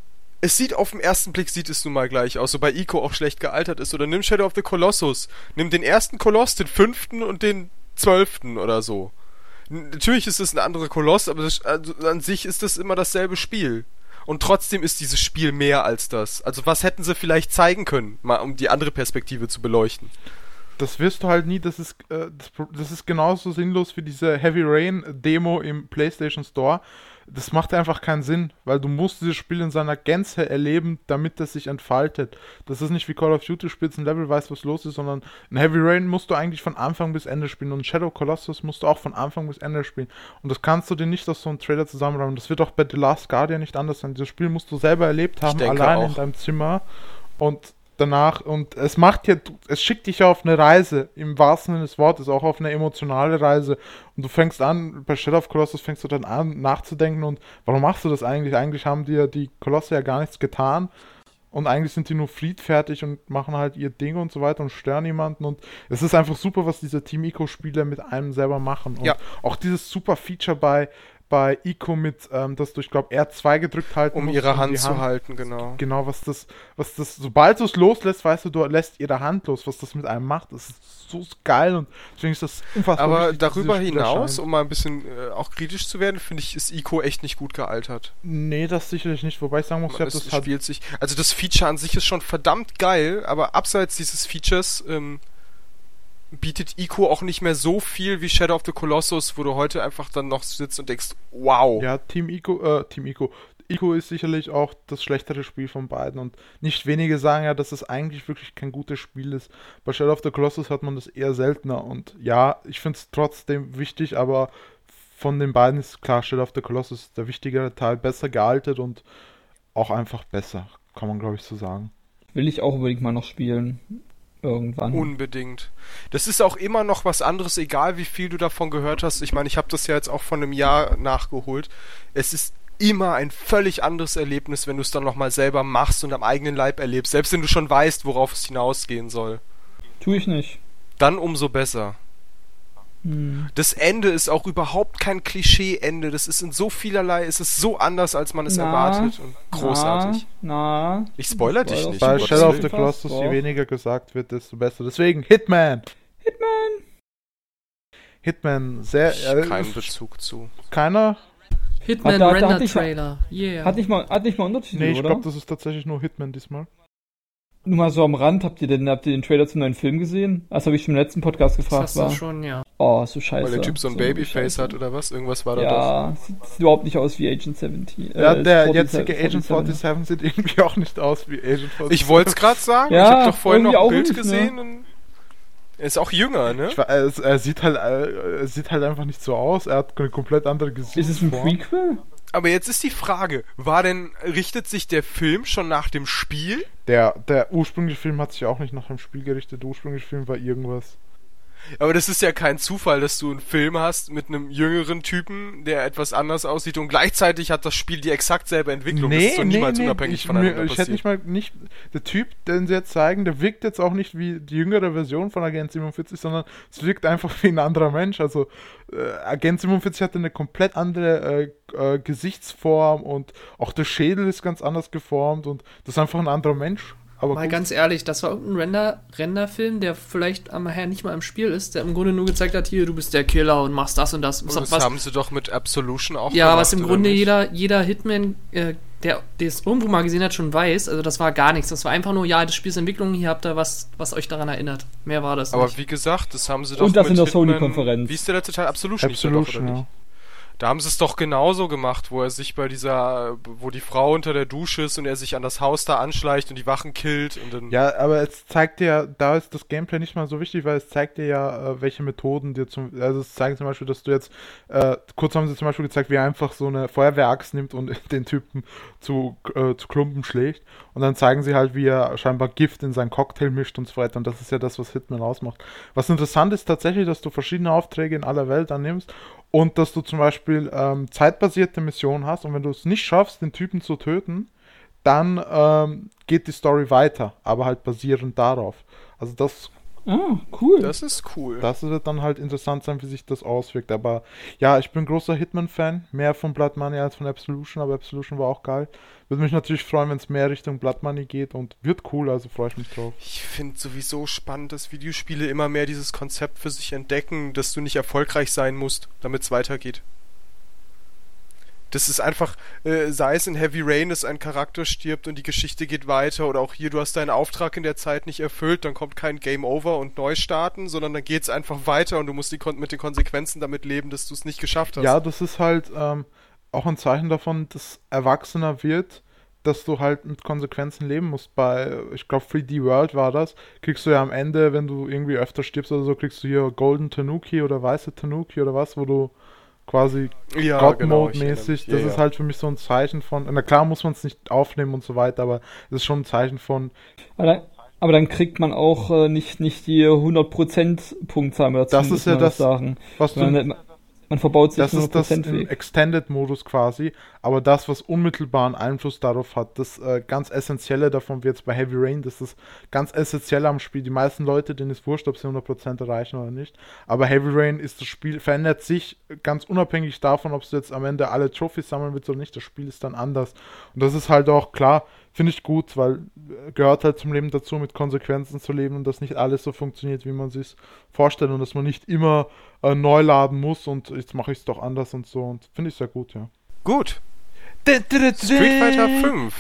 Es sieht auf den ersten Blick, sieht es nun mal gleich aus, wobei Ico auch schlecht gealtert ist. Oder nimm Shadow of the Colossus. Nimm den ersten Koloss, den fünften und den zwölften oder so. N- Natürlich ist es ein anderer Koloss, aber das, also an sich ist das immer dasselbe Spiel. Und trotzdem ist dieses Spiel mehr als das. Also was hätten sie vielleicht zeigen können, mal um die andere Perspektive zu beleuchten. das wirst du halt nie, das ist, äh, das, Pro- das ist genauso sinnlos wie diese Heavy Rain Demo im PlayStation Store. Das macht einfach keinen Sinn, weil du musst dieses Spiel in seiner Gänze erleben, damit es sich entfaltet. Das ist nicht wie Call of Duty, spielst ein Level, weißt, was los ist, sondern ein Heavy Rain musst du eigentlich von Anfang bis Ende spielen und Shadow Colossus musst du auch von Anfang bis Ende spielen. Und das kannst du dir nicht aus so einem Trailer zusammenräumen. Das wird auch bei The Last Guardian nicht anders sein. Dieses Spiel musst du selber erlebt haben, denke allein auch. in deinem Zimmer, und danach, und es macht dir, es schickt dich auf eine Reise, im wahrsten Sinne des Wortes, auch auf eine emotionale Reise, und du fängst an, bei Shadow of Colossus fängst du dann an nachzudenken, und warum machst du das eigentlich? Eigentlich haben dir die Kolosse ja gar nichts getan, und eigentlich sind die nur friedfertig und machen halt ihr Ding und so weiter und stören niemanden, und es ist einfach super, was diese Team Ico Spiele mit einem selber machen, und Ja. auch dieses super Feature bei bei Ico mit, ähm, dass du, ich glaube, R zwei gedrückt halten Um musst, ihre Hand die zu halten, genau. Genau, was das, was das, sobald du es loslässt, weißt du, du lässt ihre Hand los, was das mit einem macht. Das ist so geil und deswegen ist das unfassbar Aber wichtig, dass darüber dieses Spiel hinaus, erscheint. um mal ein bisschen äh, auch kritisch zu werden, finde ich, ist Ico echt nicht gut gealtert. Nee, das sicherlich nicht, wobei ich sagen muss, ja, Es das hat spielt sich, also das Feature an sich ist schon verdammt geil, aber abseits dieses Features ähm, bietet Ico auch nicht mehr so viel wie Shadow of the Colossus, wo du heute einfach dann noch sitzt und denkst, wow. Ja, Team Ico, äh, Team Ico. Ico ist sicherlich auch das schlechtere Spiel von beiden und nicht wenige sagen ja, dass es eigentlich wirklich kein gutes Spiel ist. Bei Shadow of the Colossus hat man das eher seltener und ja, ich finde es trotzdem wichtig, aber von den beiden ist klar, Shadow of the Colossus ist der wichtigere Teil, besser gealtert und auch einfach besser, kann man glaube ich so sagen. Will ich auch unbedingt mal noch spielen. Irgendwann. Unbedingt. Das ist auch immer noch was anderes, egal wie viel du davon gehört hast. Ich meine, ich habe das ja jetzt auch von einem Jahr nachgeholt. Es ist immer ein völlig anderes Erlebnis, wenn du es dann nochmal selber machst und am eigenen Leib erlebst, selbst wenn du schon weißt, worauf es hinausgehen soll. Tue ich nicht. Dann umso besser. Hm. Das Ende ist auch überhaupt kein Klischee-Ende. Das ist in so vielerlei, es ist so anders, als man es Na, erwartet und großartig. Na, na. Ich spoiler dich Spoiler nicht. Bei um Gottes Shadow of Willen. the Colossus, je Doch. weniger gesagt wird, desto besser. Deswegen Hitman! Hitman! Hitman, sehr... Äh, Keinen Bezug zu. keiner? Hitman Hat da- da Render hatte ich mal- Trailer. Yeah. Hat nicht mal, hat nicht mal Untertitel, Nee, ich oder? glaube, das ist tatsächlich nur Hitman diesmal. Nur mal so am Rand, habt ihr denn, habt ihr den Trailer zum neuen Film gesehen? Das habe ich schon im letzten Podcast das gefragt. hast du War. schon, ja. Oh, so scheiße. Weil der Typ so ein Babyface scheiße. hat oder was? Irgendwas war da doch. Ja, sieht, sieht überhaupt nicht aus wie Agent siebzehn. Ja, äh, der forty-seven, jetzige Agent forty-seven. siebenundvierzig sieht irgendwie auch nicht aus wie Agent forty-seven. Ich wollte es gerade sagen. Ja, ich habe doch vorhin noch irgendwie ein auch Bild nicht, gesehen. Und er ist auch jünger, ne? Ich war, er, er, sieht halt, äh, er sieht halt einfach nicht so aus. Er hat eine komplett andere Ist es ein Gesichtsform. Prequel? Aber jetzt ist die Frage, war denn, richtet sich der Film schon nach dem Spiel? Der, der ursprüngliche Film hat sich auch nicht nach dem Spiel gerichtet. Der ursprüngliche Film war irgendwas. Aber das ist ja kein Zufall, dass du einen Film hast mit einem jüngeren Typen, der etwas anders aussieht und gleichzeitig hat das Spiel die exakt selbe Entwicklung. das ist so niemals unabhängig ich, voneinander mir, ich hätte passiert. nicht mal nicht. Der Typ, den sie jetzt zeigen, der wirkt jetzt auch nicht wie die jüngere Version von Agent siebenundvierzig, sondern es wirkt einfach wie ein anderer Mensch. Also äh, Agent siebenundvierzig hatte eine komplett andere äh, äh, Gesichtsform und auch der Schädel ist ganz anders geformt und das ist einfach ein anderer Mensch. Aber Mal gut. ganz ehrlich, das war irgendein Render, Renderfilm, der vielleicht am Herr nicht mal im Spiel ist, der im Grunde nur gezeigt hat, hier, du bist der Killer und machst das und das. Und Was, das haben sie doch mit Absolution auch ja, gemacht, was im oder Grunde nicht? jeder, jeder Hitman, äh, der es irgendwo mal gesehen hat, schon weiß. Also das war gar nichts. Das war einfach nur, ja, das Spiel ist Entwicklung, hier habt ihr was, was euch daran erinnert. Mehr war das Aber nicht. wie gesagt, das haben sie doch Und das mit in der Hitman- Sony-Konferenz. Wie ist der letzte Teil? Absolution, hieß der doch, Absolution, oder ja. nicht? Da haben sie es doch genauso gemacht, wo er sich bei dieser, wo die Frau unter der Dusche ist und er sich an das Haus da anschleicht und die Wachen killt und dann... Ja, aber es zeigt dir ja, da ist das Gameplay nicht mal so wichtig, weil es zeigt dir ja, äh, welche Methoden dir zum, also es zeigt zum Beispiel, dass du jetzt, äh, kurz haben sie zum Beispiel gezeigt, wie er einfach so eine Feuerwehraxt nimmt und den Typen zu, äh, zu Klumpen schlägt und dann zeigen sie halt, wie er scheinbar Gift in seinen Cocktail mischt und so weiter und das ist ja das, was Hitman ausmacht. Was interessant ist tatsächlich, dass du verschiedene Aufträge in aller Welt annimmst und dass du zum Beispiel ähm, zeitbasierte Missionen hast und wenn du es nicht schaffst, den Typen zu töten, dann ähm, geht die Story weiter, aber halt basierend darauf. Also das, Ah, cool. Das ist cool. das wird dann halt interessant sein, wie sich das auswirkt. Aber ja, ich bin großer Hitman-Fan, mehr von Blood Money als von Absolution, aber Absolution war auch geil. Würde mich natürlich freuen, wenn es mehr Richtung Blood Money geht und wird cool, also freue ich mich drauf. Ich finde sowieso spannend, dass Videospiele immer mehr dieses Konzept für sich entdecken, dass du nicht erfolgreich sein musst, damit es weitergeht. Das ist einfach, äh, sei es in Heavy Rain, dass ein Charakter stirbt und die Geschichte geht weiter, oder auch hier, du hast deinen Auftrag in der Zeit nicht erfüllt, dann kommt kein Game Over und Neustarten, sondern dann geht's einfach weiter und du musst die Kon- mit den Konsequenzen damit leben, dass du es nicht geschafft hast. Ja, das ist halt ähm, auch ein Zeichen davon, dass erwachsener wird, dass du halt mit Konsequenzen leben musst. Bei, ich glaube, drei D World war das, kriegst du ja am Ende, wenn du irgendwie öfter stirbst oder so, kriegst du hier Golden Tanuki oder weiße Tanuki oder was, wo du quasi Ja, God-Mode-mäßig, genau, das ja, ist ja. halt für mich so ein Zeichen von, na klar muss man es nicht aufnehmen und so weiter, aber es ist schon ein Zeichen von, Aber dann, aber dann kriegt man auch äh, nicht, nicht die hundert Prozent Punktzahl mehr dazu, Das ist muss ja man das, sagen. was Man, du, man, Man verbaut sich Das nur ist das im Prozentweg. Extended-Modus quasi, aber das, was unmittelbaren Einfluss darauf hat, das äh, ganz Essentielle davon, wie jetzt bei Heavy Rain, das ist ganz essentiell am Spiel. Die meisten Leute, denen ist wurscht, ob sie hundert Prozent erreichen oder nicht, aber Heavy Rain ist das Spiel, verändert sich ganz unabhängig davon, ob du jetzt am Ende alle Trophys sammeln willst oder nicht, das Spiel ist dann anders. Und das ist halt auch klar, finde ich gut, weil äh, gehört halt zum Leben dazu, mit Konsequenzen zu leben und dass nicht alles so funktioniert, wie man sich vorstellt und dass man nicht immer äh, neu laden muss und jetzt mache ich es doch anders und so und finde ich sehr gut, ja. Gut. Street Fighter fünf.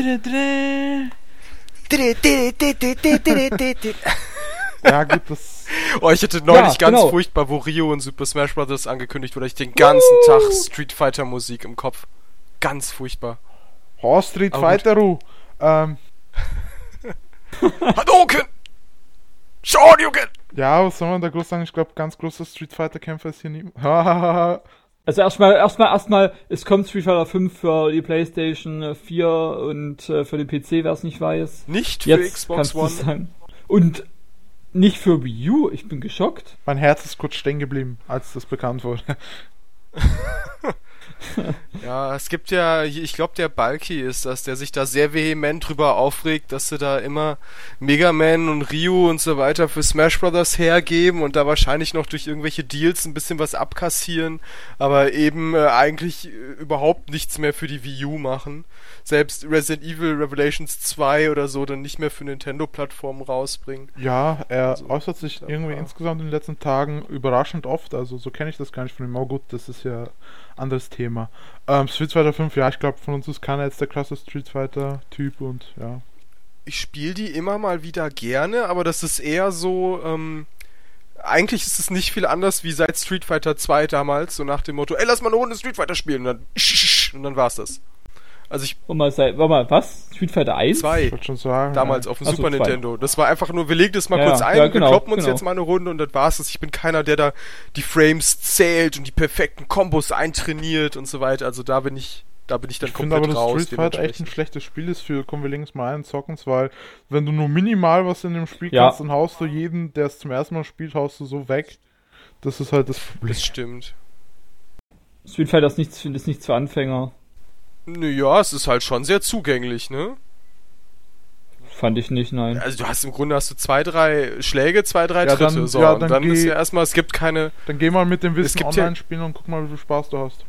Ja gut, das Oh, ich hatte neulich Ja, ganz genau. furchtbar, wo Rio und Super Smash Bros. Angekündigt wurde, ich den ganzen Tag Street Fighter Musik im Kopf. Ganz furchtbar. Oh, Street Aber Fighter, Ru. Ähm, Hadouken! Shoryuken! ja, was soll man da groß sagen? Ich glaube, ganz großer Street Fighter Kämpfer ist hier nie. Hahaha. Also erstmal, erstmal, erstmal, es kommt Street Fighter fünf für die PlayStation vier und äh, für den P C, wer es nicht weiß. Nicht für Jetzt Xbox kannst du One. sagen. Und nicht für Wii U, ich bin geschockt. Mein Herz ist kurz stehen geblieben, als das bekannt wurde. Ja, es gibt ja, ich glaube, der Balki ist das, der sich da sehr vehement drüber aufregt, dass sie da immer Mega Man und Ryu und so weiter für Smash Brothers hergeben und da wahrscheinlich noch durch irgendwelche Deals ein bisschen was abkassieren, aber eben äh, eigentlich äh, überhaupt nichts mehr für die Wii U machen. Selbst Resident Evil Revelations zwei oder so dann nicht mehr für Nintendo-Plattformen rausbringen. Ja, er Also, äußert sich da irgendwie war- insgesamt in den letzten Tagen überraschend oft, also so kenne ich das gar nicht von ihm. Oh gut, das ist ja anderes Thema. Ähm, Street Fighter fünf, ja, ich glaube, von uns ist keiner jetzt der krasse Street Fighter-Typ und ja. Ich spiele die immer mal wieder gerne, aber das ist eher so, ähm, eigentlich ist es nicht viel anders wie seit Street Fighter zwei damals, so nach dem Motto, ey, lass mal eine Runde Street Fighter spielen und dann und dann war's das. Also ich, Warte mal, sei, warte mal, was? Street Fighter eins? zwei, Ich wollte schon sagen. damals ja. auf dem Ach so, Super zwei. Nintendo. Das war einfach nur, wir legen das mal Ja, kurz ja, ein, ja, genau, wir kloppen uns genau. jetzt mal eine Runde und das war's das. Ich bin keiner, der da die Frames zählt und die perfekten Kombos eintrainiert und so weiter. Also da bin ich, da bin ich dann Ich finde komplett aber, dass raus. Street Fighter echt ein dementsprechend. schlechtes Spiel ist für, kommen wir links mal ein, zockens, weil wenn du nur minimal was in dem Spiel Ja. kannst, dann haust du jeden, der es zum ersten Mal spielt, haust du so weg. Das ist halt das Problem. Das stimmt. Street Fighter ist nichts, ist nichts für Anfänger. Naja, es ist halt schon sehr zugänglich, ne? Fand ich nicht, nein. Also du hast im Grunde hast du zwei, drei Schläge, zwei, drei Ja, Tritte. dann- so. ja, und dann dann ist geh- ja erstmal, es gibt keine. Dann geh mal mit dem Wissen gibt ja- online spielen und guck mal, wie viel Spaß du hast.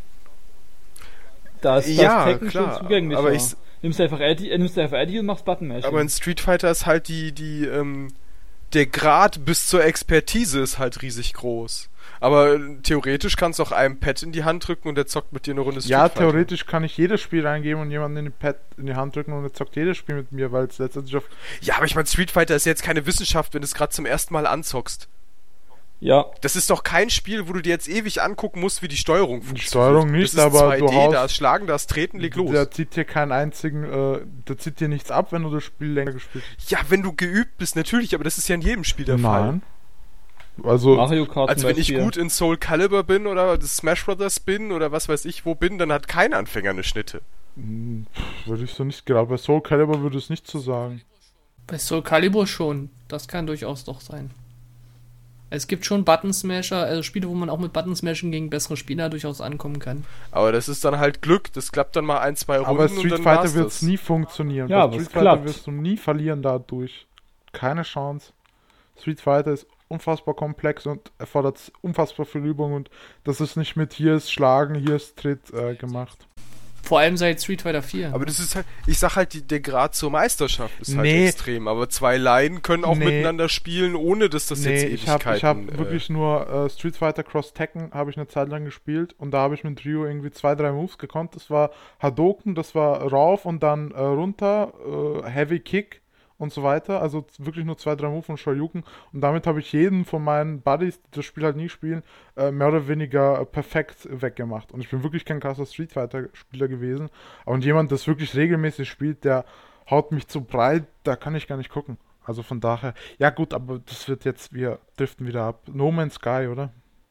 Da ist Ja, das Tekken klar, schon zugänglicher. aber ich- nimmst du einfach Eddie, äh, nimmst du einfach Eddie und machst Button Mashing. Aber in Street Fighter ist halt die, die, ähm, der Grad bis zur Expertise ist halt riesig groß. Aber äh, theoretisch kannst du auch einem Pad in die Hand drücken und der zockt mit dir eine Runde Street Ja, Fighter. theoretisch kann ich jedes Spiel reingeben und jemanden in die Pad in die Hand drücken und er zockt jedes Spiel mit mir, weil es letztendlich auf... Ja, aber ich meine, Street Fighter ist jetzt keine Wissenschaft, wenn du es gerade zum ersten Mal anzockst. ja, Das ist doch kein Spiel, wo du dir jetzt ewig angucken musst, wie die Steuerung funktioniert. Steuerung nicht, das ist aber zwei D, du haust- da ist Schlagen, da ist Treten, leg los. Der zieht dir keinen einzigen, äh, der zieht dir nichts ab, wenn du das Spiel länger gespielt hast. Ja, wenn du geübt bist, natürlich, aber das ist ja in jedem Spiel der Fall. Nein. Also, Mario Kart Also zum wenn ich Beispiel. gut in Soul Calibur bin oder das Smash Brothers bin oder was weiß ich wo bin, dann hat kein Anfänger eine Schnitte. mh, würde ich so nicht, gerade bei Soul Calibur würde es nicht so sagen. Bei Soul Calibur schon. Das kann durchaus doch sein. Es gibt schon Button Smasher, also Spiele, wo man auch mit Button Smashing gegen bessere Spieler durchaus ankommen kann. Aber das ist dann halt Glück, das klappt dann mal ein, zwei Runden Aber und Street dann Fighter war's wird das. es nie funktionieren. Ja, bei aber Street es Fighter klappt. wirst du nie verlieren dadurch. Keine Chance. Street Fighter ist unfassbar komplex und erfordert unfassbar viel Übung und das ist nicht mit hier ist Schlagen, hier ist Tritt äh, gemacht. Vor allem seit Street Fighter vier. Aber das ist halt, ich sag halt, die, der Grad zur Meisterschaft ist halt Nee. extrem. Aber zwei Laien können auch Nee. miteinander spielen, ohne dass das jetzt Nee, ich habe Ewigkeiten... ich hab äh, wirklich nur äh, Street Fighter Cross Tekken habe ich eine Zeit lang gespielt und da habe ich mit Ryu irgendwie zwei, drei Moves gekonnt. Das war Hadouken, das war rauf und dann äh, runter, äh, Heavy Kick und so weiter. Also z- wirklich nur zwei, drei Moves von Shoryuken und damit habe ich jeden von meinen Buddies, die das Spiel halt nie spielen, äh, mehr oder weniger äh, perfekt weggemacht. Und ich bin wirklich kein krasser Street Fighter Spieler gewesen. Und jemand, das wirklich regelmäßig spielt, der haut mich zu breit, da kann ich gar nicht gucken. Also von daher, ja gut, aber das wird jetzt, wir driften wieder ab. No Man's Sky, oder?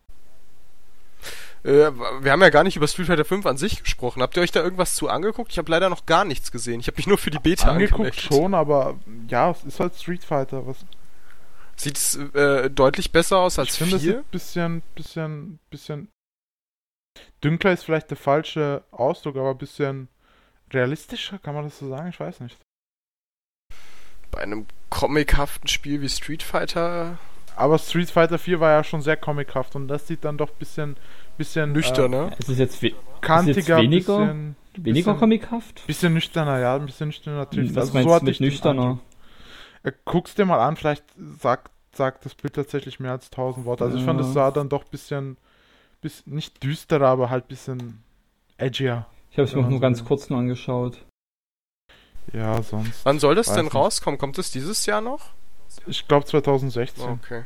äh, wir haben ja gar nicht über Street Fighter fünf an sich gesprochen. Habt ihr euch da irgendwas zu angeguckt? Ich habe leider noch gar nichts gesehen. Ich habe mich nur für die Beta Angeguckt angemeldet. schon, aber ja, es ist halt Street Fighter. Was, Sieht es äh, deutlich besser aus als ich finde, es vier? sieht ein bisschen, bisschen, bisschen Dünkler ist vielleicht der falsche Ausdruck, aber ein bisschen realistischer, kann man das so sagen? Ich weiß nicht. Bei einem comichaften Spiel wie Street Fighter... Aber Street Fighter vier war ja schon sehr comichaft und das sieht dann doch ein bisschen, bisschen nüchterner. Äh, es ist jetzt, we- kantiger, ist jetzt weniger, bisschen, weniger bisschen, comichaft? Bisschen nüchterner, ja, ein bisschen nüchterner natürlich. Was also meinst so du mit nüchterner? Äh, guck's dir mal an, vielleicht sagt, sagt das Bild tatsächlich mehr als tausend Worte. Also ich fand, es sah dann doch ein bisschen, bisschen, nicht düsterer, aber halt ein bisschen edgier. Ich habe es mir auch nur ganz kurz nur angeschaut. Ja, sonst. Wann soll das weiß denn nicht. rauskommen? Kommt das dieses Jahr noch? Ich glaube zwanzig sechzehn. Okay.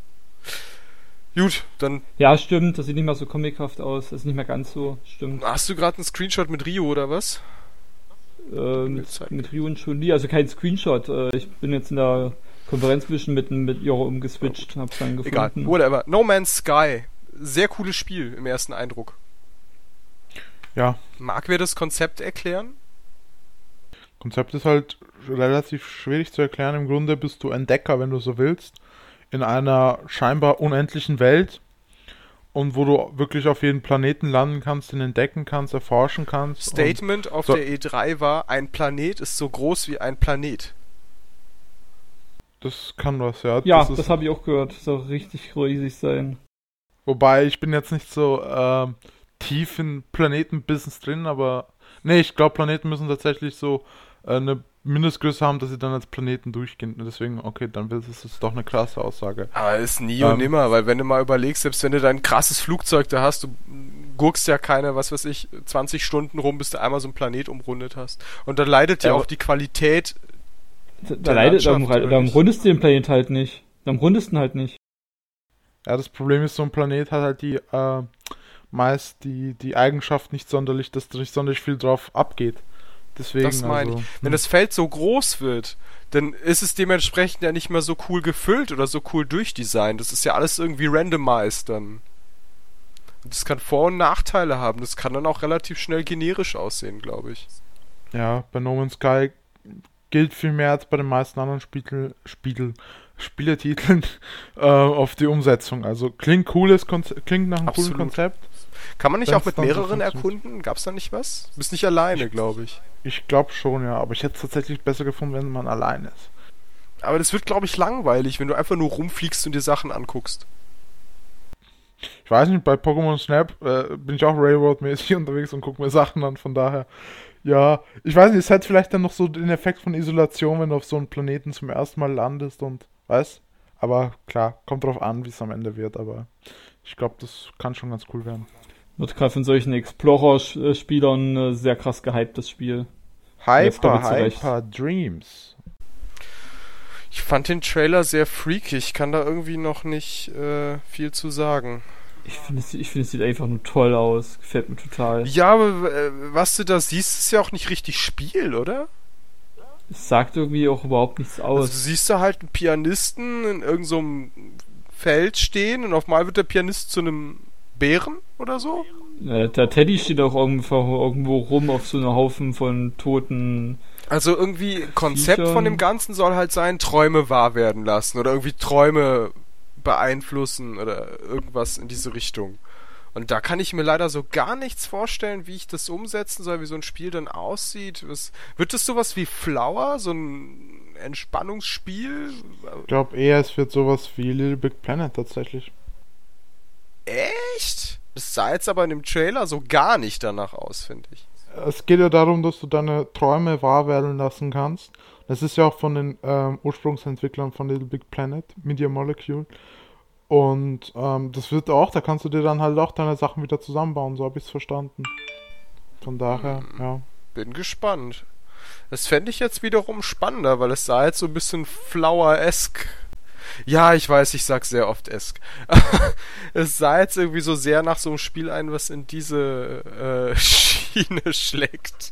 Gut, dann Ja, stimmt, das sieht nicht mehr so comichaft aus. Das ist nicht mehr ganz so, stimmt. hast du gerade einen Screenshot mit Rio oder was? Äh, mit, Zeigen. mit Ryu und Chun-Li, also kein Screenshot. Äh, ich bin jetzt in der Konferenz zwischen mit, mit ihrer umgeswitcht, hab's dann gefunden. Egal, whatever. No Man's Sky. Sehr cooles Spiel im ersten Eindruck. Ja, Mag wer das Konzept erklären? Konzept ist halt relativ schwierig zu erklären. Im Grunde bist du Entdecker, wenn du so willst, in einer scheinbar unendlichen Welt und wo du wirklich auf jeden Planeten landen kannst, den entdecken kannst, erforschen kannst. Statement auf so- der E drei war, ein Planet ist so groß wie ein Planet. Das kann was, ja. Ja, das das, ist, habe ich auch gehört. Das soll richtig riesig sein. Wobei, ich bin jetzt nicht so ähm, tief in Planetenbusiness drin, aber nee, ich glaube, Planeten müssen tatsächlich so äh, eine Mindestgröße haben, dass sie dann als Planeten durchgehen. Deswegen, okay, dann ist es doch eine krasse Aussage. Aber ist nie Ähm. und nimmer, weil wenn du mal überlegst, selbst wenn du dein krasses Flugzeug da hast, du gurkst ja keine, was weiß ich, zwanzig Stunden rum, bis du einmal so einen Planet umrundet hast. Und dann leidet ja Ja, auch die Qualität. Da, da Der leidet, Landschaft, darum, oder darum nicht? rundest du den Planet halt nicht. Am rundesten halt nicht. Ja, das Problem ist, so ein Planet hat halt die äh, meist die, die Eigenschaft nicht sonderlich, dass da nicht sonderlich viel drauf abgeht. Deswegen, Das meine also, ich. Wenn das Feld so groß wird, dann ist es dementsprechend ja nicht mehr so cool gefüllt oder so cool durchdesignt. Das ist ja alles irgendwie randomized dann. Und das kann Vor- und Nachteile haben. Das kann dann auch relativ schnell generisch aussehen, glaube ich. ja, bei No Man's Sky gilt viel mehr als bei den meisten anderen Spiel, Spiel, Spieletiteln äh, auf die Umsetzung. Also klingt cooles Konze- klingt nach einem Absolut. coolen Konzept. Kann man nicht Wenn's auch mit dann so mehreren funktioniert. erkunden? Gab's da nicht was? Du bist nicht alleine, glaube ich. Ich glaube schon, ja, aber ich hätte es tatsächlich besser gefunden, wenn man allein ist. Aber das wird, glaube ich, langweilig, wenn du einfach nur rumfliegst und dir Sachen anguckst. Ich weiß nicht, bei Pokémon Snap äh, bin ich auch Railroad-mäßig unterwegs und gucke mir Sachen an, von daher, ja, ich weiß nicht, es hat vielleicht dann noch so den Effekt von Isolation, wenn du auf so einem Planeten zum ersten Mal landest und, weißt, aber klar, kommt drauf an, wie es am Ende wird, aber ich glaube, das kann schon ganz cool werden. Wird gerade von solchen Explorer-Spielern äh, sehr krass gehypt, das Spiel. Jetzt Hyper, damit zurecht. Hyper Dreams. Ich fand den Trailer sehr freaky. Ich kann da irgendwie noch nicht äh, viel zu sagen. Ich finde, es, ich finde, es sieht einfach nur toll aus. Gefällt mir total. Ja, aber äh, was du da siehst, ist ja auch nicht richtig Spiel, oder? Es sagt irgendwie auch überhaupt nichts Also du aus. siehst da halt einen Pianisten in irgendeinem so einem Feld stehen und auf einmal wird der Pianist zu einem Bären oder so. Äh, der Teddy steht auch irgendwo, irgendwo rum auf so einem Haufen von toten. Also irgendwie Konzept Viechern. von dem Ganzen soll halt sein, Träume wahr werden lassen oder irgendwie Träume beeinflussen oder irgendwas in diese Richtung. Und da kann ich mir leider so gar nichts vorstellen, wie ich das umsetzen soll, wie so ein Spiel dann aussieht. Was, wird das sowas wie Flower, so ein Entspannungsspiel? Ich glaube eher, es wird sowas wie Little Big Planet tatsächlich. Echt? Das sah jetzt aber in dem Trailer so gar nicht danach aus, finde ich. Es geht ja darum, dass du deine Träume wahr werden lassen kannst. Das ist ja auch von den ähm, Ursprungsentwicklern von Little Big Planet, Media Molecule. Und ähm, das wird auch, da kannst du dir dann halt auch deine Sachen wieder zusammenbauen, so habe ich es verstanden. Von daher, ja. Bin gespannt. Das fände ich jetzt wiederum spannender, weil es sah jetzt so ein bisschen Flower-esque. Ja, ich weiß, ich sag sehr oft esque. Es sah jetzt irgendwie so sehr nach so einem Spiel ein, was in diese äh, Schiene schlägt.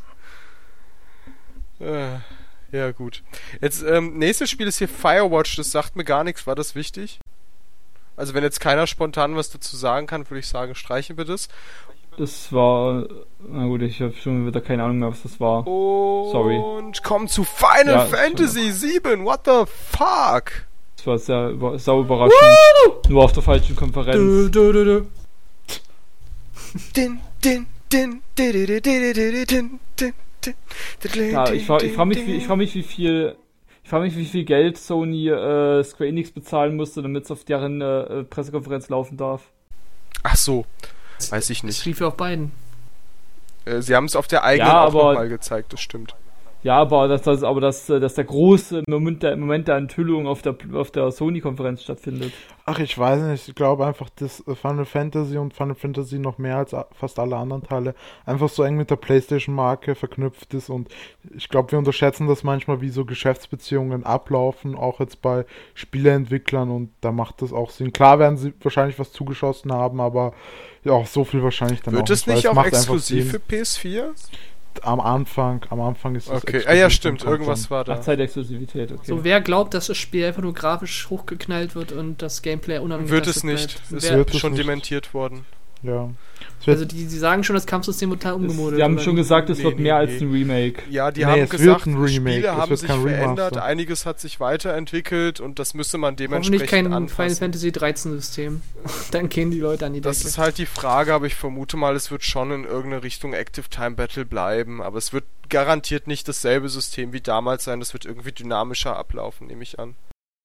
Äh, ja, gut. Jetzt, ähm, nächstes Spiel ist hier Firewatch, das sagt mir gar nichts. War das wichtig? Also wenn jetzt keiner spontan was dazu sagen kann, würde ich sagen, streichen wir das. Das war. Na gut, ich habe schon wieder keine Ahnung mehr, was das war. Und Sorry. kommen zu Final Ja, Fantasy sieben. What the fuck? Das war sehr über, sau überraschend. Nur auf der falschen Konferenz. Dö, dö, dö, dö. din, din, din, din, din, din, din, din, din. Ja, ich frage ich frag mich, wie, ich frag mich, wie viel, ich frage mich, wie viel Geld Sony äh, Square Enix bezahlen musste, damit es auf deren äh, Pressekonferenz laufen darf. Ach so, weiß ich Es nicht. lief ja auf beiden. Äh, Sie haben es auf der eigenen Ja, auch aber- nochmal gezeigt, das stimmt. Ja, aber dass das, aber dass, dass der große Moment der, Moment der Enthüllung auf der auf der Sony-Konferenz stattfindet. Ach, ich weiß nicht. Ich glaube einfach, dass äh, Final Fantasy und Final Fantasy noch mehr als a- fast alle anderen Teile einfach so eng mit der PlayStation-Marke verknüpft ist. Und ich glaube, wir unterschätzen das manchmal, wie so Geschäftsbeziehungen ablaufen, auch jetzt bei Spieleentwicklern. Und da macht das auch Sinn. Klar werden sie wahrscheinlich was zugeschossen haben, aber ja, auch so viel wahrscheinlich dann auch Wird es weil nicht auch macht einfach exklusiv Sinn. für P S vier? Am Anfang, am Anfang ist es Okay, exklusiv ah ja, und stimmt, kommt irgendwas dann- war da. Ach, Zeitexklusivität, okay. So, wer glaubt, dass das Spiel einfach nur grafisch hochgeknallt wird und das Gameplay unangetastet Wird es nicht. bleibt? Es Wer, wird ist schon nicht. dementiert worden. Ja. Es wird, also die, die sagen schon, das Kampfsystem total umgemodelt. Die haben oder schon wie? gesagt, es Nee, wird nee, mehr als nee. ein Remake. Ja, die Nee, haben es wird gesagt, ein Remake, Spiele es haben wird sich kein verändert, Remaster. einiges hat sich weiterentwickelt und das müsste man Hoffentlich dementsprechend kein Final anpassen. Fantasy dreizehn System. Dann gehen die Leute an die Decke. Das ist halt die Frage, aber ich vermute mal, es wird schon in irgendeine Richtung Active Time Battle bleiben, aber es wird garantiert nicht dasselbe System wie damals sein, das wird irgendwie dynamischer ablaufen, nehme ich an.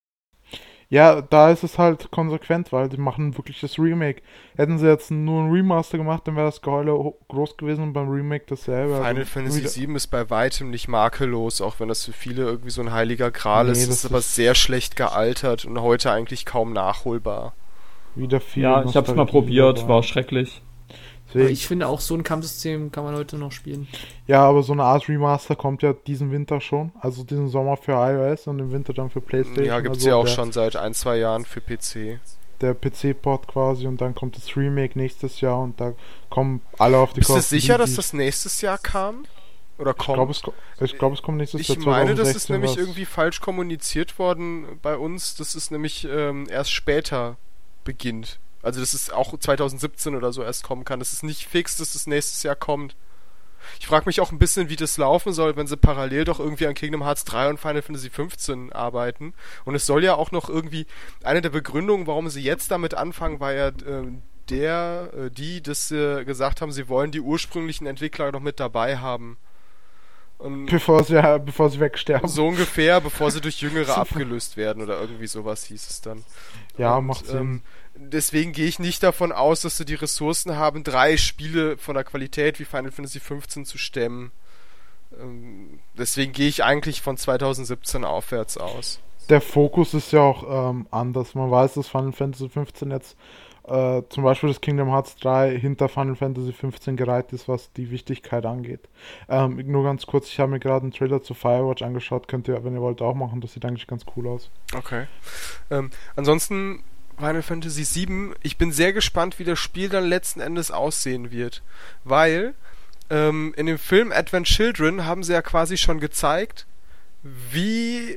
Ja, da ist es halt konsequent, weil die machen wirklich das Remake. Hätten sie jetzt nur ein Remaster gemacht, dann wäre das Geheule ho- groß gewesen und beim Remake dasselbe. Final Also Fantasy wieder- sieben ist bei weitem nicht makellos, auch wenn das für viele irgendwie so ein heiliger Gral Nee, ist. Es das ist aber ist- sehr schlecht gealtert und heute eigentlich kaum nachholbar. Wieder viel Ja, ich hab's mal Nostalgie probiert, dabei. war schrecklich. Deswegen- Aber ich finde auch, so ein Kampfsystem kann man heute noch spielen. Ja, aber so eine Art Remaster kommt ja diesen Winter schon. Also diesen Sommer für iOS und im Winter dann für PlayStation. Ja, gibt's also ja auch der, schon seit ein, zwei Jahren für P C. Der P C-Port quasi und dann kommt das Remake nächstes Jahr und da kommen alle auf die Bist du Kosten, sicher, die- dass die- das nächstes Jahr kam? Oder Ich kommt? glaube, es, ko- ich glaub, es kommt nächstes Ich Jahr. meine, das ist zweitausendsechzehn nämlich was. irgendwie falsch kommuniziert worden bei uns. Das ist nämlich ähm, erst später beginnt. Also das ist auch zweitausendsiebzehn oder so erst kommen kann. Das ist nicht fix, dass das nächstes Jahr kommt. Ich frage mich auch ein bisschen, wie das laufen soll, wenn sie parallel doch irgendwie an Kingdom Hearts drei und Final Fantasy fünfzehn arbeiten. Und es soll ja auch noch irgendwie, eine der Begründungen, warum sie jetzt damit anfangen, war ja ähm, der, äh, die, dass sie gesagt haben, sie wollen die ursprünglichen Entwickler noch mit dabei haben. Und Bevor sie, ja, bevor sie wegsterben. so ungefähr, bevor sie durch Jüngere abgelöst werden oder irgendwie sowas hieß es dann. Ja, Und, macht Sinn. Ähm, deswegen gehe ich nicht davon aus, dass sie die Ressourcen haben, drei Spiele von der Qualität wie Final Fantasy fünfzehn zu stemmen. Ähm, deswegen gehe ich eigentlich von zweitausendsiebzehn aufwärts aus. Der Fokus ist ja auch ähm, anders. Man weiß, dass Final Fantasy fünfzehn jetzt äh, zum Beispiel das Kingdom Hearts drei hinter Final Fantasy fünfzehn gereiht ist, was die Wichtigkeit angeht. Ähm, nur ganz kurz, ich habe mir gerade einen Trailer zu Firewatch angeschaut. Könnt ihr, wenn ihr wollt, auch machen. Das sieht eigentlich ganz cool aus. Okay. Ähm, ansonsten Final Fantasy sieben, ich bin sehr gespannt, wie das Spiel dann letzten Endes aussehen wird. Weil ähm, in dem Film Advent Children haben sie ja quasi schon gezeigt, wie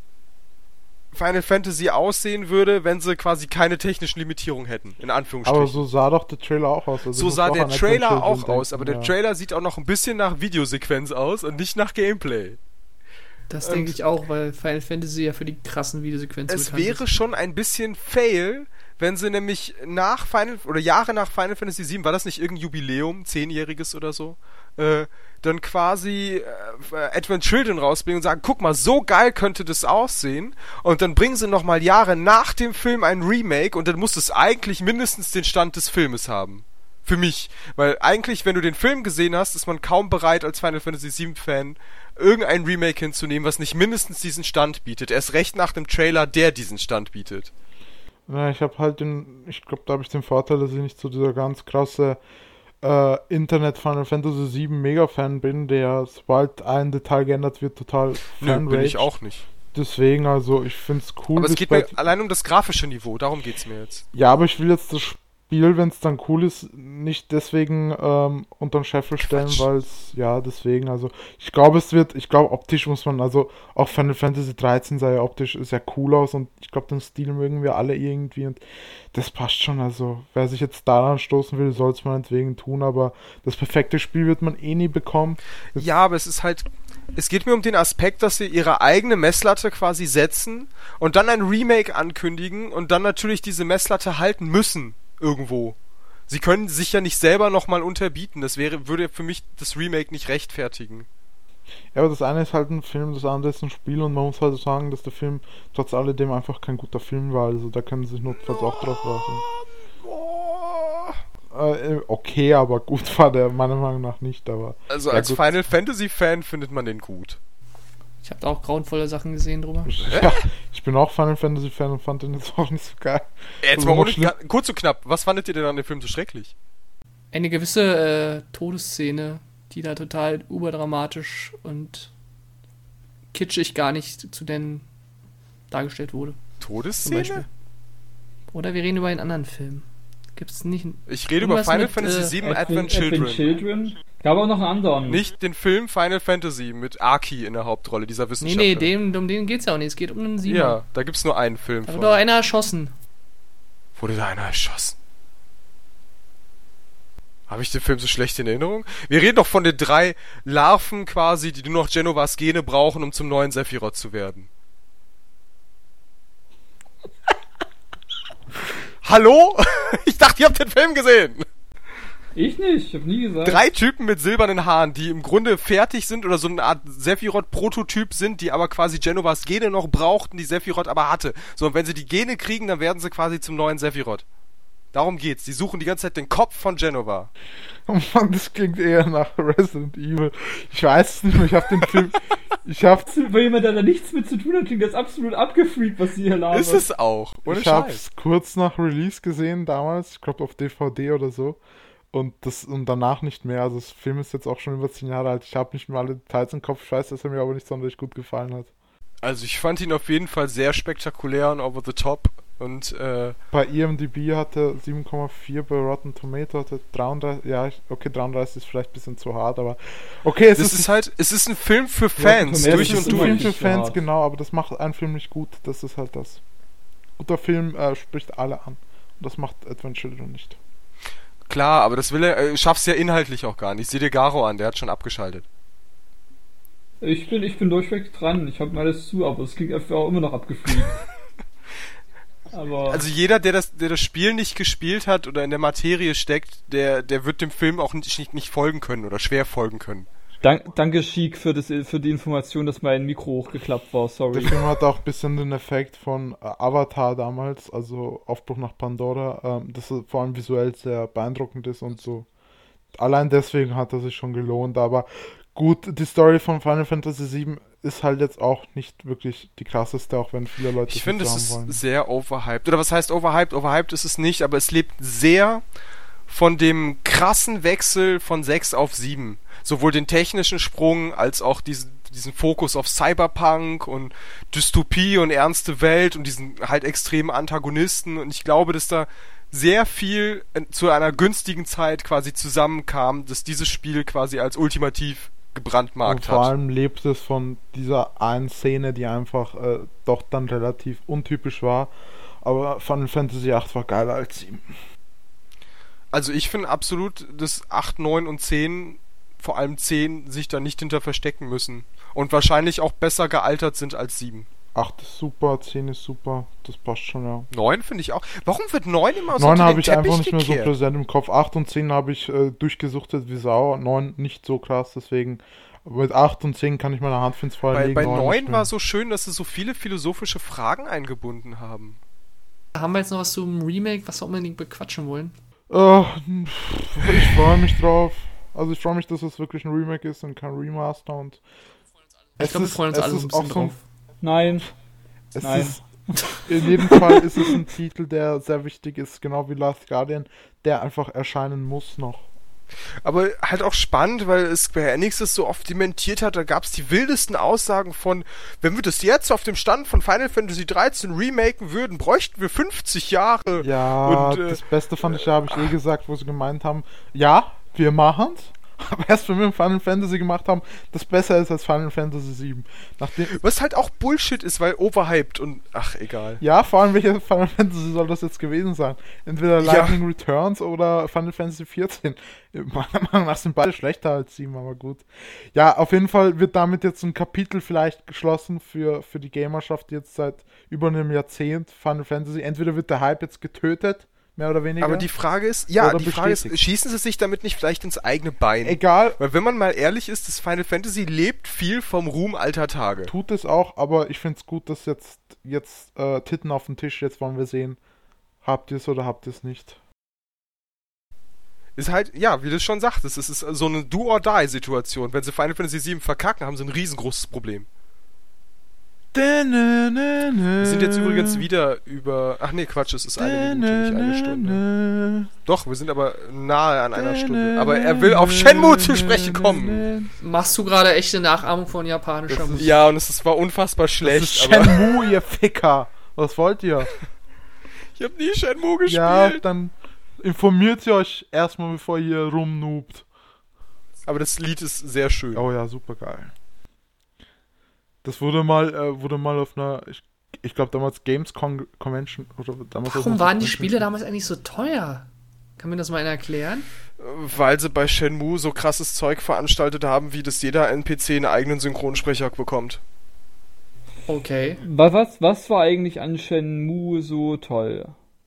Final Fantasy aussehen würde, wenn sie quasi keine technischen Limitierungen hätten, in Anführungsstrichen. Aber so sah doch der Trailer auch aus. Also So ich muss sah auch der an Advent Trailer Children auch denken, aus, aber der ja. Trailer sieht auch noch ein bisschen nach Videosequenz aus und nicht nach Gameplay. Das Und- denke ich auch, weil Final Fantasy ja für die krassen Videosequenzen Es bekannt wäre ist. schon ein bisschen fail, wenn sie nämlich nach Final, oder Jahre nach Final Fantasy sieben, war das nicht irgendein Jubiläum, zehnjähriges oder so, äh, dann quasi äh, Advent Children rausbringen und sagen, guck mal, so geil könnte das aussehen, und dann bringen sie nochmal Jahre nach dem Film ein Remake und dann muss es eigentlich mindestens den Stand des Filmes haben. Für mich. Weil eigentlich, wenn du den Film gesehen hast, ist man kaum bereit, als Final Fantasy sieben Fan irgendein Remake hinzunehmen, was nicht mindestens diesen Stand bietet. Erst recht nach dem Trailer, der diesen Stand bietet. Ja, ich habe halt den, ich glaube, da habe ich den Vorteil, dass ich nicht so dieser ganz krasse äh, Internet Final Fantasy sieben Mega-Fan bin, der, sobald ein Detail geändert wird, total Nö, Fan bin ich raged. auch nicht. Deswegen, also, ich finde es cool. Aber es bis geht bei- mir allein um das grafische Niveau, darum geht's mir jetzt. Ja, aber ich will jetzt das Spiel, wenn es dann cool ist, nicht deswegen ähm, unter den Scheffel stellen, Quatsch. weil es, ja, deswegen, also, ich glaube, es wird, ich glaube, optisch muss man, also, auch Final Fantasy dreizehn sah ja optisch sehr cool aus und ich glaube, den Stil mögen wir alle irgendwie und das passt schon, also, wer sich jetzt daran stoßen will, soll es meinetwegen tun, aber das perfekte Spiel wird man eh nie bekommen. Das- Ja, aber es ist halt, es geht mir um den Aspekt, dass sie ihre eigene Messlatte quasi setzen und dann ein Remake ankündigen und dann natürlich diese Messlatte halten müssen, irgendwo. Sie können sich ja nicht selber nochmal unterbieten. Das wäre, würde für mich das Remake nicht rechtfertigen. Ja, aber das eine ist halt ein Film, das andere ist ein Spiel und man muss halt sagen, dass der Film trotz alledem einfach kein guter Film war. Also da können sie sich notfalls auch drauf lassen. Äh, okay, aber gut war der meiner Meinung nach nicht, aber... Also ja, als gut. Final Fantasy Fan findet man den gut. Ich habe da auch grauenvolle Sachen gesehen drüber. Ja, ich bin auch Final Fantasy Fan und fand den jetzt auch nicht so geil. Jetzt Also mal noch ohne, schlimm- ga- kurz und knapp, was fandet ihr denn an dem Film so schrecklich? Eine gewisse äh, Todesszene, die da total überdramatisch und kitschig gar nicht zu nennen dargestellt wurde. Zum Todesszene? Beispiel. Oder wir reden über einen anderen Film. Gibt's nicht... Ich rede über Irgendwas Final mit, Fantasy äh, sieben Advent Children. Children. Gab auch noch einen anderen. Nicht den Film Final Fantasy mit Aki in der Hauptrolle, dieser Nee, Wissenschaftler. nee, dem, um den geht's ja auch nicht. Es geht um einen Sieger. Ja, da gibt's nur einen Film Da von. wird doch einer erschossen. Wurde da einer erschossen? Habe ich den Film so schlecht in Erinnerung? Wir reden doch von den drei Larven quasi, die nur noch Genovas Gene brauchen, um zum neuen Sephiroth zu werden. Hallo? Ich dachte, ihr habt den Film gesehen. Ich nicht, ich hab nie gesagt. Drei Typen mit silbernen Haaren, die im Grunde fertig sind oder so eine Art Sephiroth-Prototyp sind, die aber quasi Genovas Gene noch brauchten, die Sephiroth aber hatte. So, und wenn sie die Gene kriegen, dann werden sie quasi zum neuen Sephiroth. Darum geht's. Die suchen die ganze Zeit den Kopf von Genova. Oh Mann, das klingt eher nach Resident Evil. Ich weiß es nicht mehr, ich hab den Film... Ich hab... Für jemand, der da nichts mit zu tun hat, klingt das absolut abgefreakt, was sie hier labern. Ist es auch. Ohne ich Scheiß. hab's kurz nach Release gesehen damals, ich glaube auf D V D oder so. Und das und danach nicht mehr. Also das Film ist jetzt auch schon über zehn Jahre alt. Ich habe nicht mehr alle Details im Kopf. Ich weiß, dass er mir aber nicht sonderlich gut gefallen hat. Also ich fand ihn auf jeden Fall sehr spektakulär und over the top. Und äh, Bei I M D B hat er sieben Komma vier, bei Rotten Tomato hat er dreiunddreißig. Ja, ich- okay, dreiunddreißig ist vielleicht ein bisschen zu hart, aber okay, es das ist, ist halt, es ist ein Film für Fans, Tomato durch es und ist ein immer Film durch. für nicht so Fans, hart. genau, aber das macht einen Film nicht gut. Das ist halt das. Guter Film äh, spricht alle an. Und das macht Advent Children nicht. Klar, aber das will er, äh, schaff's ja inhaltlich auch gar nicht. Sieh dir Garo an, der hat schon abgeschaltet. Ich bin, ich bin durchweg dran. Ich habe mir alles zu, aber es klingt einfach auch immer noch abgefreakt. aber Also jeder, der das, der das Spiel nicht gespielt hat oder in der Materie steckt, der, der wird dem Film auch nicht, nicht, nicht folgen können oder schwer folgen können. dank, danke Chic für, das, für die Information, dass mein Mikro hochgeklappt war. Der Sorry. Film hat auch ein bisschen den Effekt von äh, Avatar damals, also Aufbruch nach Pandora, ähm, dass er vor allem visuell sehr beeindruckend ist und so. Allein deswegen hat er sich schon gelohnt, aber gut, die Story von Final Fantasy sieben ist halt jetzt auch nicht wirklich die krasseste, auch wenn viele Leute Ich finde, so es haben ist wollen. sehr overhyped. Oder was heißt overhyped? Overhyped ist es nicht, aber es lebt sehr von dem krassen Wechsel von sechs auf sieben. Sowohl den technischen Sprung als auch diesen, diesen Fokus auf Cyberpunk und Dystopie und ernste Welt und diesen halt extremen Antagonisten. Und ich glaube, dass da sehr viel in- zu einer günstigen Zeit quasi zusammenkam, dass dieses Spiel quasi als ultimativ Und gebrandmarkt vor hat. allem lebt es von dieser einen Szene, die einfach äh, doch dann relativ untypisch war. Aber Final Fantasy acht war geiler als sieben. Also ich finde absolut, dass acht, neun und zehn, vor allem zehn, sich da nicht hinter verstecken müssen. Und wahrscheinlich auch besser gealtert sind als sieben. acht ist super, zehn ist super, das passt schon, ja. neun finde ich auch. Warum wird neun immer so neun unter habe den ich Teppich einfach nicht mehr so gekehrt? präsent im Kopf. acht und zehn habe ich äh, durchgesuchtet wie Sau. neun nicht so krass, deswegen mit acht und zehn kann ich meine Hand ins Feuer Bei, legen. bei neun nicht neun mehr. war so schön, dass sie so viele philosophische Fragen eingebunden haben. Haben wir jetzt noch was zum Remake, was wir unbedingt bequatschen wollen? Äh, ich freue mich drauf. Also ich freue mich, dass es wirklich ein Remake ist und kein Remaster. Und Ich es glaube, wir ist- freuen uns es alle so ein ist auch bisschen so ein- drauf. Nein. Es Nein. ist, in jedem Fall ist es ein Titel, der sehr wichtig ist, genau wie Last Guardian, der einfach erscheinen muss noch. Aber halt auch spannend, weil es Square Enix das so oft dementiert hat, da gab es die wildesten Aussagen von, wenn wir das jetzt auf dem Stand von Final Fantasy dreizehn remaken würden, bräuchten wir fünfzig Jahre. Ja, Und, äh, das Beste fand ich, da habe ich eh gesagt, wo sie gemeint haben, ja, wir machen's, aber erst wenn wir ein Final Fantasy gemacht haben, das besser ist als Final Fantasy sieben. Nachdem, Was halt auch Bullshit ist, weil overhyped und ach, egal. ja, vor allem welcher Final Fantasy soll das jetzt gewesen sein? Entweder Ja. Lightning Returns oder Final Fantasy vierzehn. Meiner Meinung nach sind beide schlechter als sieben, aber gut. Ja, auf jeden Fall wird damit jetzt ein Kapitel vielleicht geschlossen für, für die Gamerschaft, die jetzt seit über einem Jahrzehnt Final Fantasy. Entweder wird der Hype jetzt getötet mehr oder weniger. Aber die Frage ist, ja, Oder die Frage ist, bestätigt. schießen sie sich damit nicht vielleicht ins eigene Bein? Egal, Weil wenn man mal ehrlich ist, das Final Fantasy lebt viel vom Ruhm alter Tage. tut es auch, aber ich finde es gut, dass jetzt, jetzt äh, Titten auf den Tisch, jetzt wollen wir sehen, habt ihr es oder habt ihr es nicht. Ist halt, ja, wie du es schon sagtest, es ist so eine Do-or-Die-Situation. Wenn sie Final Fantasy sieben verkacken, haben sie ein riesengroßes Problem. Wir sind jetzt übrigens wieder über... Ach nee, Quatsch, es ist eine Minute, nicht eine Stunde. Doch, wir sind aber nahe an einer Stunde. Aber er will auf Shenmue zu sprechen kommen. Machst du gerade echte Nachahmung von japanischer Musik? Ja, und es ist- war unfassbar Das ist schlecht. Aber Shenmue, ihr Ficker. Was wollt ihr? ich habe nie Shenmue gespielt. Ja, dann informiert ihr euch erstmal, bevor ihr rumnoobt. Aber das Lied ist sehr schön. Oh ja, super geil. Das wurde mal, äh, wurde mal auf einer, ich, ich glaube damals Games Con Convention oder damals auf Warum einer waren die Convention. Spiele damals eigentlich so teuer? Kann mir das mal einer erklären? Weil sie bei Shenmue so krasses Zeug veranstaltet haben, wie das jeder N P C einen eigenen Synchronsprecher bekommt. Okay. Was, was, was war eigentlich an Shenmue so toll?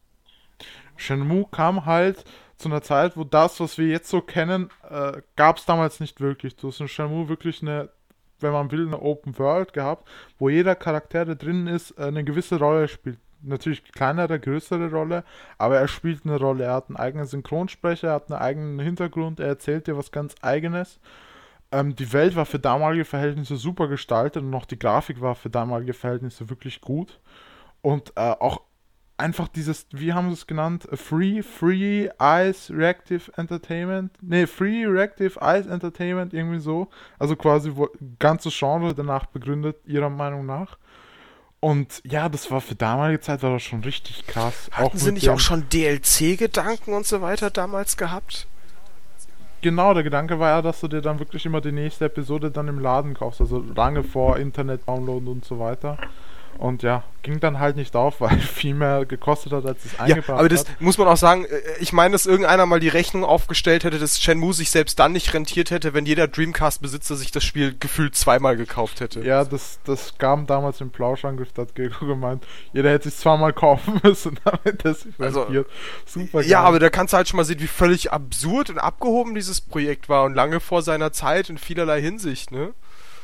Shenmue kam halt zu einer Zeit, wo das, was wir jetzt so kennen, äh, gab es damals nicht wirklich. Du hast in Shenmue wirklich eine, wenn man will, eine Open World gehabt, wo jeder Charakter, der drin ist, äh, eine gewisse Rolle spielt. Natürlich kleinere, größere Rolle, aber er spielt eine Rolle. Er hat einen eigenen Synchronsprecher, er hat einen eigenen Hintergrund, er erzählt dir was ganz Eigenes. Ähm, die Welt war für damalige Verhältnisse super gestaltet und auch die Grafik war für damalige Verhältnisse wirklich gut. Und äh, auch einfach dieses, wie haben sie es genannt? Free, Free Eyes Reactive Entertainment? Ne, Free Reactive Eyes Entertainment, irgendwie so. Also quasi wo, ganzes Genre danach begründet, ihrer Meinung nach. Und ja, das war für damalige Zeit war das schon richtig krass. Hatten sie mit nicht dem- auch schon D L C-Gedanken und so weiter damals gehabt? Genau, der Gedanke war ja, dass du dir dann wirklich immer die nächste Episode dann im Laden kaufst, also lange vor Internet-Download und so weiter. Und ja, ging dann halt nicht auf, weil viel mehr gekostet hat, als es Ja, eingebracht aber das hat. muss man auch sagen, äh, ich meine, dass irgendeiner mal die Rechnung aufgestellt hätte, dass Shenmue sich selbst dann nicht rentiert hätte, wenn jeder Dreamcast-Besitzer sich das Spiel gefühlt zweimal gekauft hätte. Ja, das, das kam damals im Plauschangriff, da hat Gego gemeint, jeder hätte sich zweimal kaufen müssen, damit das sich Also, rentiert. Super geil. Ja, aber da kannst du halt schon mal sehen, wie völlig absurd und abgehoben dieses Projekt war und lange vor seiner Zeit in vielerlei Hinsicht, ne?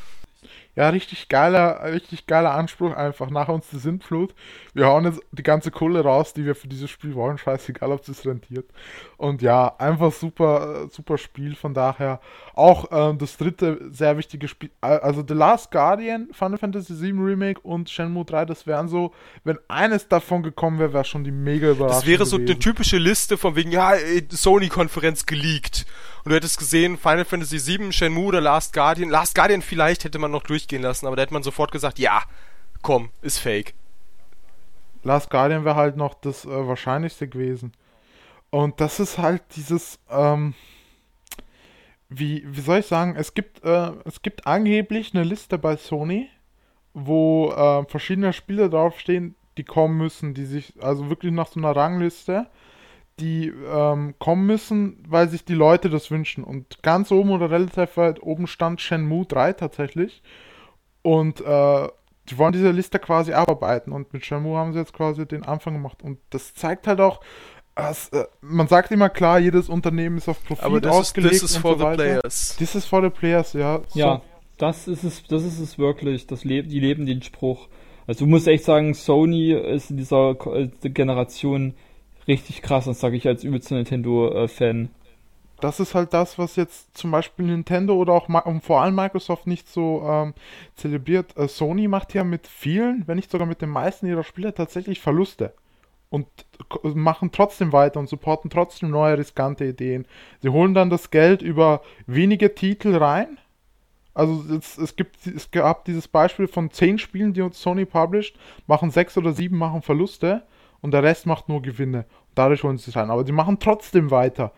Ja, richtig geiler, richtig geiler Anspruch einfach. Nach uns die Sintflut. Wir hauen jetzt die ganze Kohle raus, die wir für dieses Spiel wollen. Scheißegal, ob es rentiert. Und ja, einfach super, äh, super Spiel. Von daher auch ähm, das dritte sehr wichtige Spiel. äh, Also The Last Guardian, Final Fantasy sieben Remake und Shenmue drei, das wären so, wenn eines davon gekommen wäre, wäre schon die mega Überraschung Das wäre so gewesen. eine typische Liste von wegen, ja, äh, Sony-Konferenz geleakt. Und du hättest gesehen, Final Fantasy sieben, Shenmue oder Last Guardian. Last Guardian vielleicht hätte man noch durchgehen lassen, aber da hätte man sofort gesagt, ja, komm, ist fake. Last Guardian wäre halt noch das äh, Wahrscheinlichste gewesen. Und das ist halt dieses, ähm, wie, wie soll ich sagen, es gibt, äh, es gibt angeblich eine Liste bei Sony, wo äh, verschiedene Spiele draufstehen, die kommen müssen, die sich, also wirklich nach so einer Rangliste, die ähm, kommen müssen, weil sich die Leute das wünschen. Und ganz oben oder relativ weit oben stand Shenmue drei tatsächlich. Und äh, die wollen diese Liste quasi abarbeiten. Und mit Shenmue haben sie jetzt quasi den Anfang gemacht. Und das zeigt halt auch, dass, äh, man sagt immer klar, jedes Unternehmen ist auf Profit Aber das ist, ausgelegt this is und for so the weiter. players. This is for the players, ja. Ja, So. das ist es, das ist es wirklich. Das Le die leben den Spruch. Also du musst echt sagen, Sony ist in dieser Ko- äh, Generation richtig krass, das sage ich als übelster Nintendo-Fan. Das ist halt das, was jetzt zum Beispiel Nintendo oder auch Ma- und vor allem Microsoft nicht so ähm, zelebriert. Äh, Sony macht ja mit vielen, wenn nicht sogar mit den meisten ihrer Spiele tatsächlich Verluste. Und k- machen trotzdem weiter und supporten trotzdem neue riskante Ideen. Sie holen dann das Geld über wenige Titel rein. Also es, es gibt es gab dieses Beispiel von zehn Spielen, die uns Sony published, machen sechs oder sieben machen Verluste und der Rest macht nur Gewinne. Dadurch holen sie es rein. Aber die machen trotzdem weiter.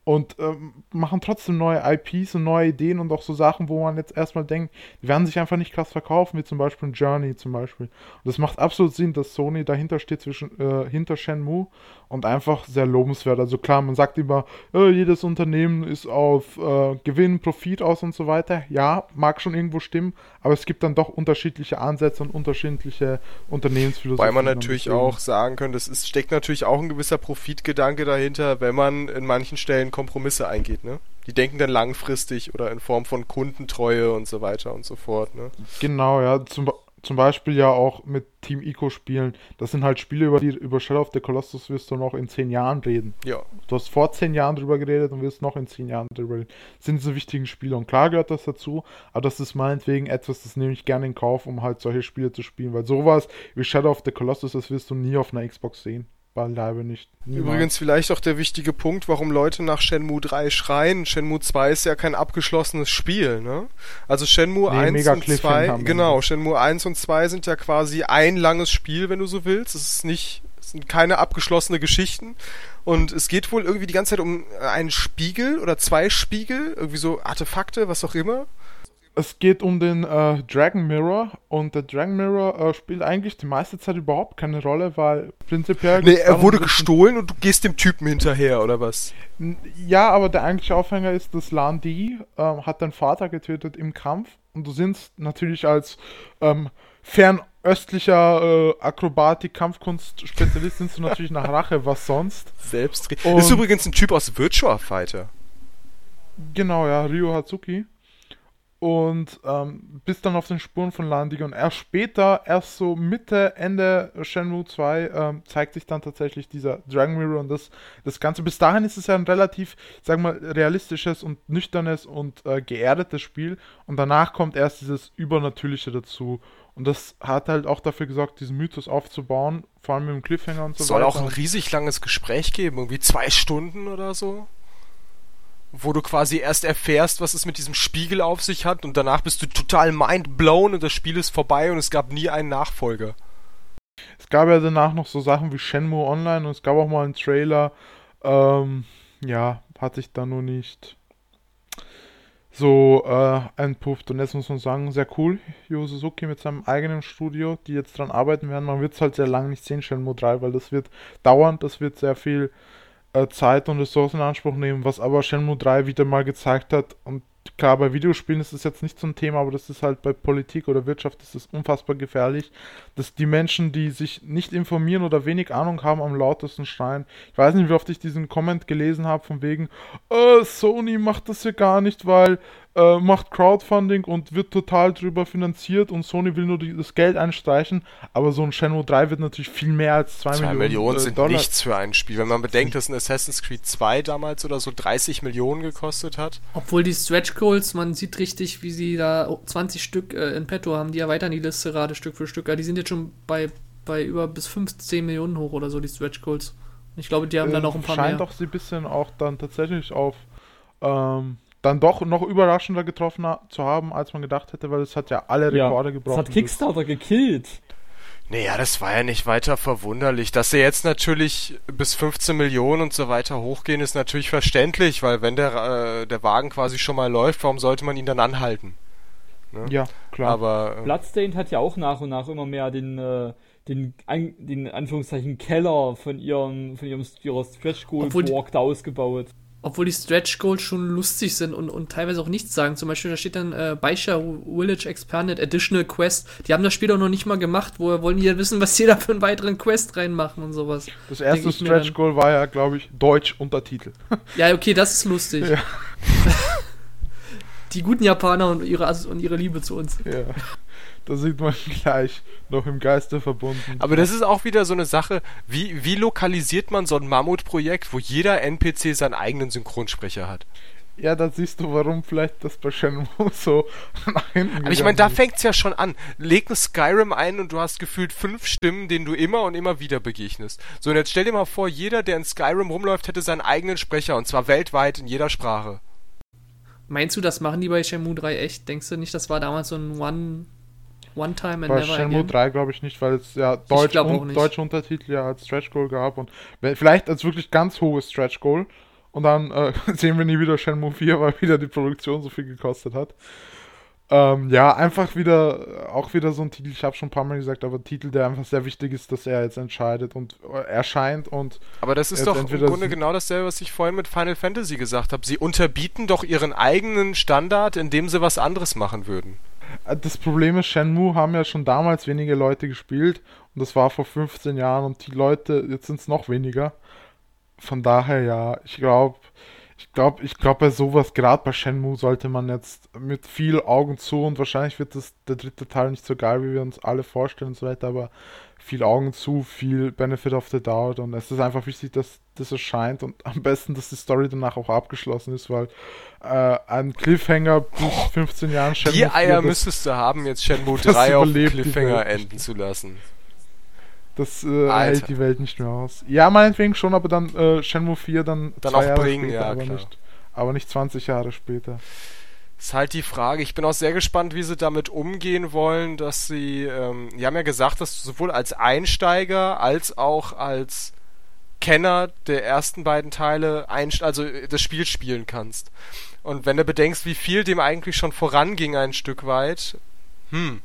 und ähm, machen trotzdem neue I Ps und neue Ideen und auch so Sachen, wo man jetzt erstmal denkt, die werden sich einfach nicht krass verkaufen, wie zum Beispiel Journey zum Beispiel. Und das macht absolut Sinn, dass Sony dahinter steht, zwischen, äh, hinter Shenmue und einfach sehr lobenswert. Also klar, man sagt immer, äh, jedes Unternehmen ist auf äh, Gewinn, Profit aus und so weiter. Ja, mag schon irgendwo stimmen, aber es gibt dann doch unterschiedliche Ansätze und unterschiedliche Unternehmensphilosophien. Weil man natürlich auch sagen könnte, es ist, steckt natürlich auch ein gewisser Profitgedanke dahinter, wenn man in manchen Stellen Kompromisse eingeht, ne? Die denken dann langfristig oder in Form von Kundentreue und so weiter und so fort, ne? Genau, ja, zum, zum Beispiel ja auch mit Team Ico spielen. Das sind halt Spiele, über die über Shadow of the Colossus wirst du noch in zehn Jahren reden. Ja. Du hast vor zehn Jahren drüber geredet und wirst noch in zehn Jahren drüber reden. Das sind diese wichtigen Spiele und klar gehört das dazu, aber das ist meinetwegen etwas, das nehme ich gerne in Kauf, um halt solche Spiele zu spielen, weil sowas wie Shadow of the Colossus, das wirst du nie auf einer Xbox sehen. Beileibe nicht. Niemals. Übrigens vielleicht auch der wichtige Punkt, warum Leute nach Shenmue drei schreien. Shenmue zwei ist ja kein abgeschlossenes Spiel, ne? Also Shenmue Nee, eins mega und Cliffhanger zwei, haben wir genau, nicht. Shenmue eins und zwei sind ja quasi ein langes Spiel, wenn du so willst. Es ist nicht, es sind keine abgeschlossene Geschichten. Und es geht wohl irgendwie die ganze Zeit um einen Spiegel oder zwei Spiegel, irgendwie so Artefakte, was auch immer. Es geht um den äh, Dragon Mirror und der Dragon Mirror äh, spielt eigentlich die meiste Zeit überhaupt keine Rolle, weil prinzipiell... Nee, er darum, wurde dass- gestohlen und du gehst dem Typen hinterher, oder was? N- Ja, aber der eigentliche Aufhänger ist, dass Lan Di ähm, hat deinen Vater getötet im Kampf und du siehst natürlich als ähm, fernöstlicher äh, Akrobatik-Kampfkunst-Spezialist sind du natürlich nach Rache, was sonst. Selbst. Und- Ist übrigens ein Typ aus Virtua Fighter. Genau, ja, Ryo Hazuki. Und ähm, bist dann auf den Spuren von Landig und erst später, erst so Mitte, Ende Shenmue zwei, ähm, zeigt sich dann tatsächlich dieser Dragon Mirror und das, das Ganze. Bis dahin ist es ja ein relativ, sagen wir mal, realistisches und nüchternes und äh, geerdetes Spiel und danach kommt erst dieses Übernatürliche dazu. Und das hat halt auch dafür gesorgt, diesen Mythos aufzubauen, vor allem mit dem Cliffhanger und so Soll weiter. auch ein riesig langes Gespräch geben, irgendwie zwei Stunden oder so. Wo du quasi erst erfährst, was es mit diesem Spiegel auf sich hat und danach bist du total mind-blown und das Spiel ist vorbei und es gab nie einen Nachfolger. Es gab ja danach noch so Sachen wie Shenmue Online und es gab auch mal einen Trailer. Ähm, ja, hatte ich da nur nicht so äh, entpufft. Und jetzt muss man sagen, sehr cool, Yu Suzuki mit seinem eigenen Studio, die jetzt dran arbeiten werden. Man wird es halt sehr lange nicht sehen, Shenmue drei, weil das wird dauernd, das wird sehr viel äh, Zeit und Ressourcen in Anspruch nehmen, was aber Shenmue drei wieder mal gezeigt hat. Und klar, bei Videospielen ist das jetzt nicht so ein Thema, aber das ist halt bei Politik oder Wirtschaft ist das unfassbar gefährlich, dass die Menschen, die sich nicht informieren oder wenig Ahnung haben, am lautesten schreien. Ich weiß nicht, wie oft ich diesen Comment gelesen habe, von wegen, äh, Sony macht das ja gar nicht, weil äh, macht Crowdfunding und wird total drüber finanziert und Sony will nur die, das Geld einstreichen, aber so ein Shenmue drei wird natürlich viel mehr als zwei Zwei Millionen, Millionen äh, sind Dollar. nichts für ein Spiel. Wenn man bedenkt, dass ein Assassin's Creed zwei damals oder so dreißig Millionen gekostet hat. Obwohl die Stretch Goals, man sieht richtig, wie sie da zwanzig Stück äh, in petto haben, die erweitern die Liste gerade Stück für Stück. Ja, die sind jetzt schon bei, bei über bis fünfzehn Millionen hoch oder so, die Stretch Goals. Ich glaube, die haben dann noch ein paar scheint mehr. doch sie ein bisschen auch dann tatsächlich auf ähm, dann doch noch überraschender getroffen ha- zu haben, als man gedacht hätte, weil es hat ja alle Ja, Rekorde das gebrochen. hat Kickstarter gekillt. Naja, das war ja nicht weiter verwunderlich. Dass sie jetzt natürlich bis fünfzehn Millionen und so weiter hochgehen, ist natürlich verständlich, weil wenn der, äh, der Wagen quasi schon mal läuft, warum sollte man ihn dann anhalten? Ne? Ja, klar. Aber äh, Bloodstained hat ja auch nach und nach immer mehr den, äh, den, an, den Anführungszeichen Keller von ihrem, von ihrem ihrer Stretch Goal Obwohl die- Burg da ausgebaut. Obwohl die Stretch Goals schon lustig sind und, und teilweise auch nichts sagen. Zum Beispiel, da steht dann äh, Baisha Village Expanded Additional Quest. Die haben das Spiel doch noch nicht mal gemacht. Woher wollen die ja wissen, was sie da für einen weiteren Quest reinmachen und sowas? das erste denk ich mir Stretch dann. Goal war ja, glaube ich, Deutsch Untertitel. Ja, okay, das ist lustig. Ja. Die guten Japaner und ihre, Ass- und ihre Liebe zu uns. Ja. Da sieht man gleich noch im Geiste verbunden. Aber das ist auch wieder so eine Sache, wie, wie lokalisiert man so ein Mammutprojekt, wo jeder N P C seinen eigenen Synchronsprecher hat? Ja, da siehst du, warum vielleicht das bei Shenmue so nach hinten Aber ich meine, da gegangen ist. fängt's ja schon an. Leg ein Skyrim ein und du hast gefühlt fünf Stimmen, denen du immer und immer wieder begegnest. So, und jetzt stell dir mal vor, jeder, der in Skyrim rumläuft, hätte seinen eigenen Sprecher, und zwar weltweit in jeder Sprache. Meinst du, das machen die bei Shenmue drei echt? Denkst du nicht, das war damals so ein One, One Time and Bei Never Shenmue Again? drei glaube ich nicht, weil es ja Deutsch glaub auch und nicht. deutsche Untertitel ja als Stretch Goal gab und wenn- vielleicht als wirklich ganz hohes Stretch Goal Und dann äh, sehen wir nie wieder Shenmue vier, weil wieder die Produktion so viel gekostet hat. Ähm, ja, einfach wieder, auch wieder so ein Titel, ich habe schon ein paar Mal gesagt, aber ein Titel, der einfach sehr wichtig ist, dass er jetzt entscheidet und äh, erscheint und... Aber das ist doch im Grunde genau dasselbe, was ich vorhin mit Final Fantasy gesagt habe. Sie unterbieten doch ihren eigenen Standard, indem sie was anderes machen würden. Das Problem ist, Shenmue haben ja schon damals wenige Leute gespielt und das war vor fünfzehn Jahren und die Leute, jetzt sind es noch weniger. Von daher, ja, ich glaube... Ich glaube, ich glaube bei sowas, gerade bei Shenmue, sollte man jetzt mit viel Augen zu und wahrscheinlich wird das der dritte Teil nicht so geil, wie wir uns alle vorstellen und so weiter, aber viel Augen zu, viel Benefit of the Doubt und es ist einfach wichtig, dass das erscheint und am besten, dass die Story danach auch abgeschlossen ist, weil äh, ein Cliffhanger bis fünfzehn Jahren Shenmue Die Eier vier, das, müsstest du haben, jetzt Shenmue drei auf Cliffhanger enden zu lassen. Das äh, hält die Welt nicht mehr aus. Ja, meinetwegen schon, aber dann äh, Shenmue vier dann, dann zwei auch Jahre bringen, später, ja, aber klar. nicht, aber nicht zwanzig Jahre später. Ist halt die Frage. Ich bin auch sehr gespannt, wie sie damit umgehen wollen, dass sie, ähm, die haben ja gesagt, dass du sowohl als Einsteiger als auch als Kenner der ersten beiden Teile einst- also das Spiel spielen kannst. Und wenn du bedenkst, wie viel dem eigentlich schon voranging ein Stück weit, hm.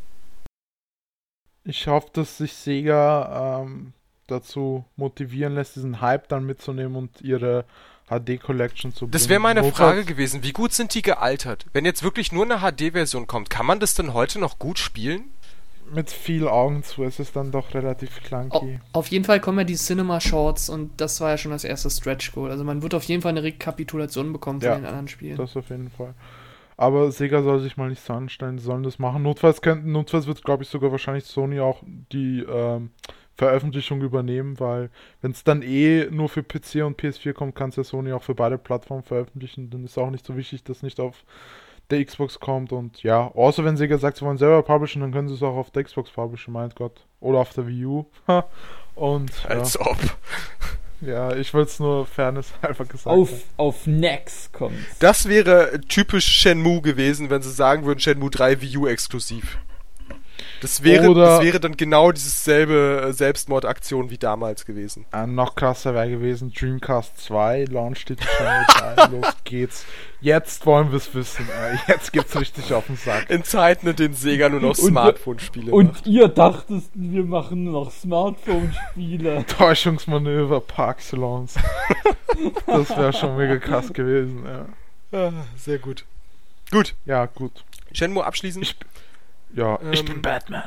Ich hoffe, dass sich Sega ähm, dazu motivieren lässt, diesen Hype dann mitzunehmen und ihre H D-Collection zu bringen. Das wäre meine Frage gewesen. Wie gut sind die gealtert? Wenn jetzt wirklich nur eine H D-Version kommt, kann man das denn heute noch gut spielen? Mit viel Augen zu, es ist dann doch relativ clunky. O- auf jeden Fall kommen ja die Cinema Shorts und das war ja schon das erste Stretch Goal. Also man wird auf jeden Fall eine Rekapitulation bekommen von ja, den anderen Spielen. Das auf jeden Fall. Aber Sega soll sich mal nicht so anstellen, sie sollen das machen. Notfalls, könnten, notfalls wird, glaube ich, sogar wahrscheinlich Sony auch die ähm, Veröffentlichung übernehmen, weil wenn es dann eh nur für P C und P S vier kommt, kann es ja Sony auch für beide Plattformen veröffentlichen. Dann ist auch nicht so wichtig, dass nicht auf der Xbox kommt. Und ja, außer wenn Sega sagt, sie wollen selber publishen, dann können sie es auch auf der Xbox publishen, meint Gott. Oder auf der Wii U. Und als ja. ob. Ja, ich wollte es nur Fairness einfach gesagt auf, haben. Auf Nex kommt. Das wäre typisch Shenmue gewesen, wenn sie sagen würden, Shenmue drei Wii U exklusiv. Das wäre, Oder das wäre dann genau dieses selbe Selbstmordaktion wie damals gewesen. Äh, noch krasser wäre gewesen, Dreamcast zwei, Launch-Titel Shenmue drei, los geht's. Jetzt wollen wir es wissen, äh, jetzt gibt's richtig auf den Sack. In Zeiten, in denen Sega nur noch Smartphone-Spiele und macht. Und ihr dachtet, wir machen nur noch Smartphone-Spiele. Täuschungsmanöver par excellence. Das wäre schon mega krass gewesen, ja. Ah, sehr gut. Gut. Ja, gut. Shenmue abschließend. Ich, ja, ähm, ich bin Batman.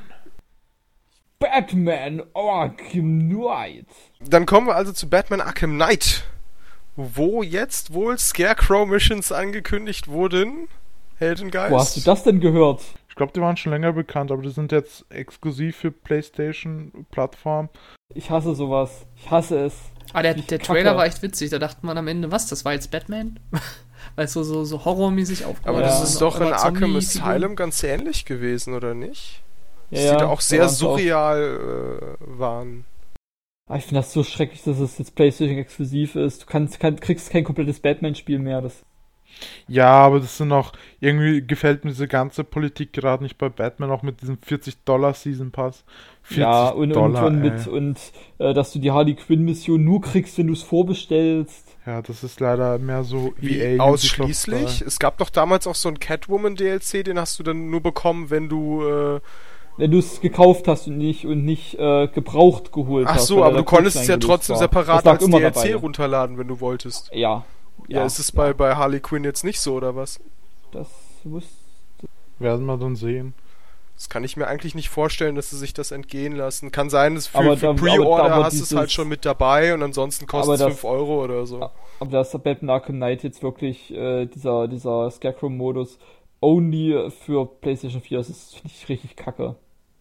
Batman Arkham Knight. Dann kommen wir also zu Batman Arkham Knight, wo jetzt wohl Scarecrow Missions angekündigt wurden. Heldengeist. Wo hast du das denn gehört? Ich glaube, die waren schon länger bekannt, aber die sind jetzt exklusiv für PlayStation-Plattform. Ich hasse sowas. Ich hasse es. Ah, der, der Trailer war echt witzig. Da dachte man am Ende, was, das war jetzt Batman? Weil es so, so, so horrormäßig aufgebaut. Aber das ja. ist doch in Arkham Asylum ganz ähnlich gewesen, oder nicht? Ja, die da auch sehr surreal auch. Äh, waren. Ich finde das so schrecklich, dass es jetzt PlayStation exklusiv ist. Du kannst, kann, kriegst kein komplettes Batman-Spiel mehr. Das ja, aber das sind auch, irgendwie gefällt mir diese ganze Politik gerade nicht bei Batman, auch mit diesem vierzig Dollar Season Pass. Ja, und, Dollar, und, und, mit, und äh, dass du die Harley Quinn Mission nur kriegst, wenn du es vorbestellst. Ja, das ist leider mehr so Wie E A. ausschließlich? Es gab doch damals auch so einen Catwoman-D L C, den hast du dann nur bekommen, wenn du... Äh wenn du es gekauft hast und nicht und nicht äh, gebraucht geholt Ach hast. Ach so, aber du konntest es ja trotzdem war. separat als D L C dabei. runterladen, wenn du wolltest. Ja. Ja, ja ist es ja. bei, bei Harley Quinn jetzt nicht so, oder was? Das wusste... Werden wir dann sehen. Das kann ich mir eigentlich nicht vorstellen, dass sie sich das entgehen lassen. Kann sein, dass für, aber für da, Pre-Order aber, aber hast du es halt schon mit dabei und ansonsten kostet es fünf Euro oder so. Aber da ist der Batman Arkham Knight jetzt wirklich äh, dieser, dieser Scarecrow-Modus only für PlayStation vier. Das ist, finde ich, richtig kacke.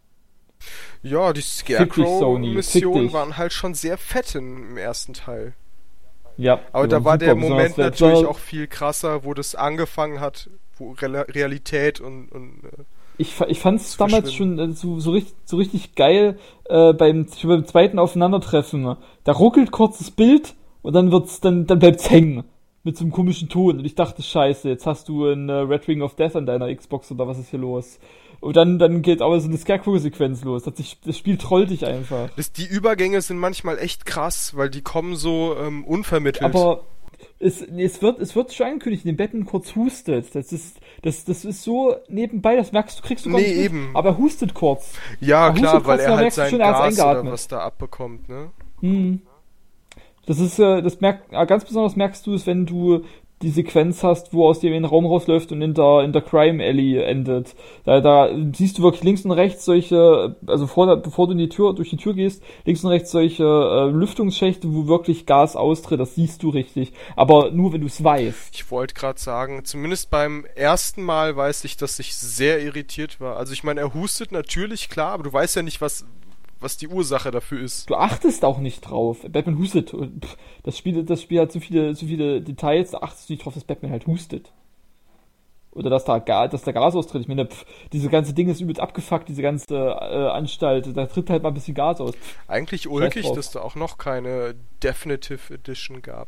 Ja, die Scarecrow-Missionen waren halt schon sehr fett im ersten Teil. Ja. Aber da war der Moment natürlich auch viel krasser, wo das angefangen hat, wo Re- Realität und... und äh, ich, ich fand es damals schon äh, so, so, richtig, so richtig geil äh, beim, beim zweiten Aufeinandertreffen. Da ruckelt kurz das Bild und dann wird's, dann, dann bleibt's hängen. Mit so einem komischen Ton. Und ich dachte, scheiße, jetzt hast du ein uh, Red Ring of Death an deiner Xbox oder was ist hier los? Und dann, dann geht aber so eine Scarecrow-Sequenz los. Das, das Spiel trollt dich einfach. Das, die Übergänge sind manchmal echt krass, weil die kommen so ähm, unvermittelt. Aber es, nee, es wird, es wird schon angekündigt, wenn Batman kurz hustet. Das ist, das, das ist so nebenbei, das merkst du, kriegst du gar Nee, nicht mit, eben. aber er hustet kurz. Ja, Er klar, hustet weil kurz, er da halt merkst du sein schon, er hat's Gas oder eingeatmet. was da abbekommt, ne? Hm. Das ist, äh, das merkt, äh, ganz besonders merkst du es, wenn du die Sequenz hast, wo er aus dem in den Raum rausläuft und in der, in der Crime Alley endet. Da, da siehst du wirklich links und rechts solche, also vor der, bevor du in die Tür, durch die Tür gehst, links und rechts solche äh, Lüftungsschächte, wo wirklich Gas austritt, das siehst du richtig. Aber nur, wenn du es weißt. Ich wollte gerade sagen, zumindest beim ersten Mal weiß ich, dass ich sehr irritiert war. Also ich meine, er hustet natürlich, klar, aber du weißt ja nicht, was, was die Ursache dafür ist. Du achtest auch nicht drauf. Batman hustet. Und, pff, das Spiel, das Spiel hat so viele, so viele Details, da achtest du nicht drauf, dass Batman halt hustet. Oder dass da, Ga- dass da Gas austritt. Ich meine, pff, diese ganze Ding ist übelst abgefuckt, diese ganze äh, Anstalt. Da tritt halt mal ein bisschen Gas aus. Pff, Eigentlich Scheiß ulkig, drauf. dass da auch noch keine Definitive Edition gab.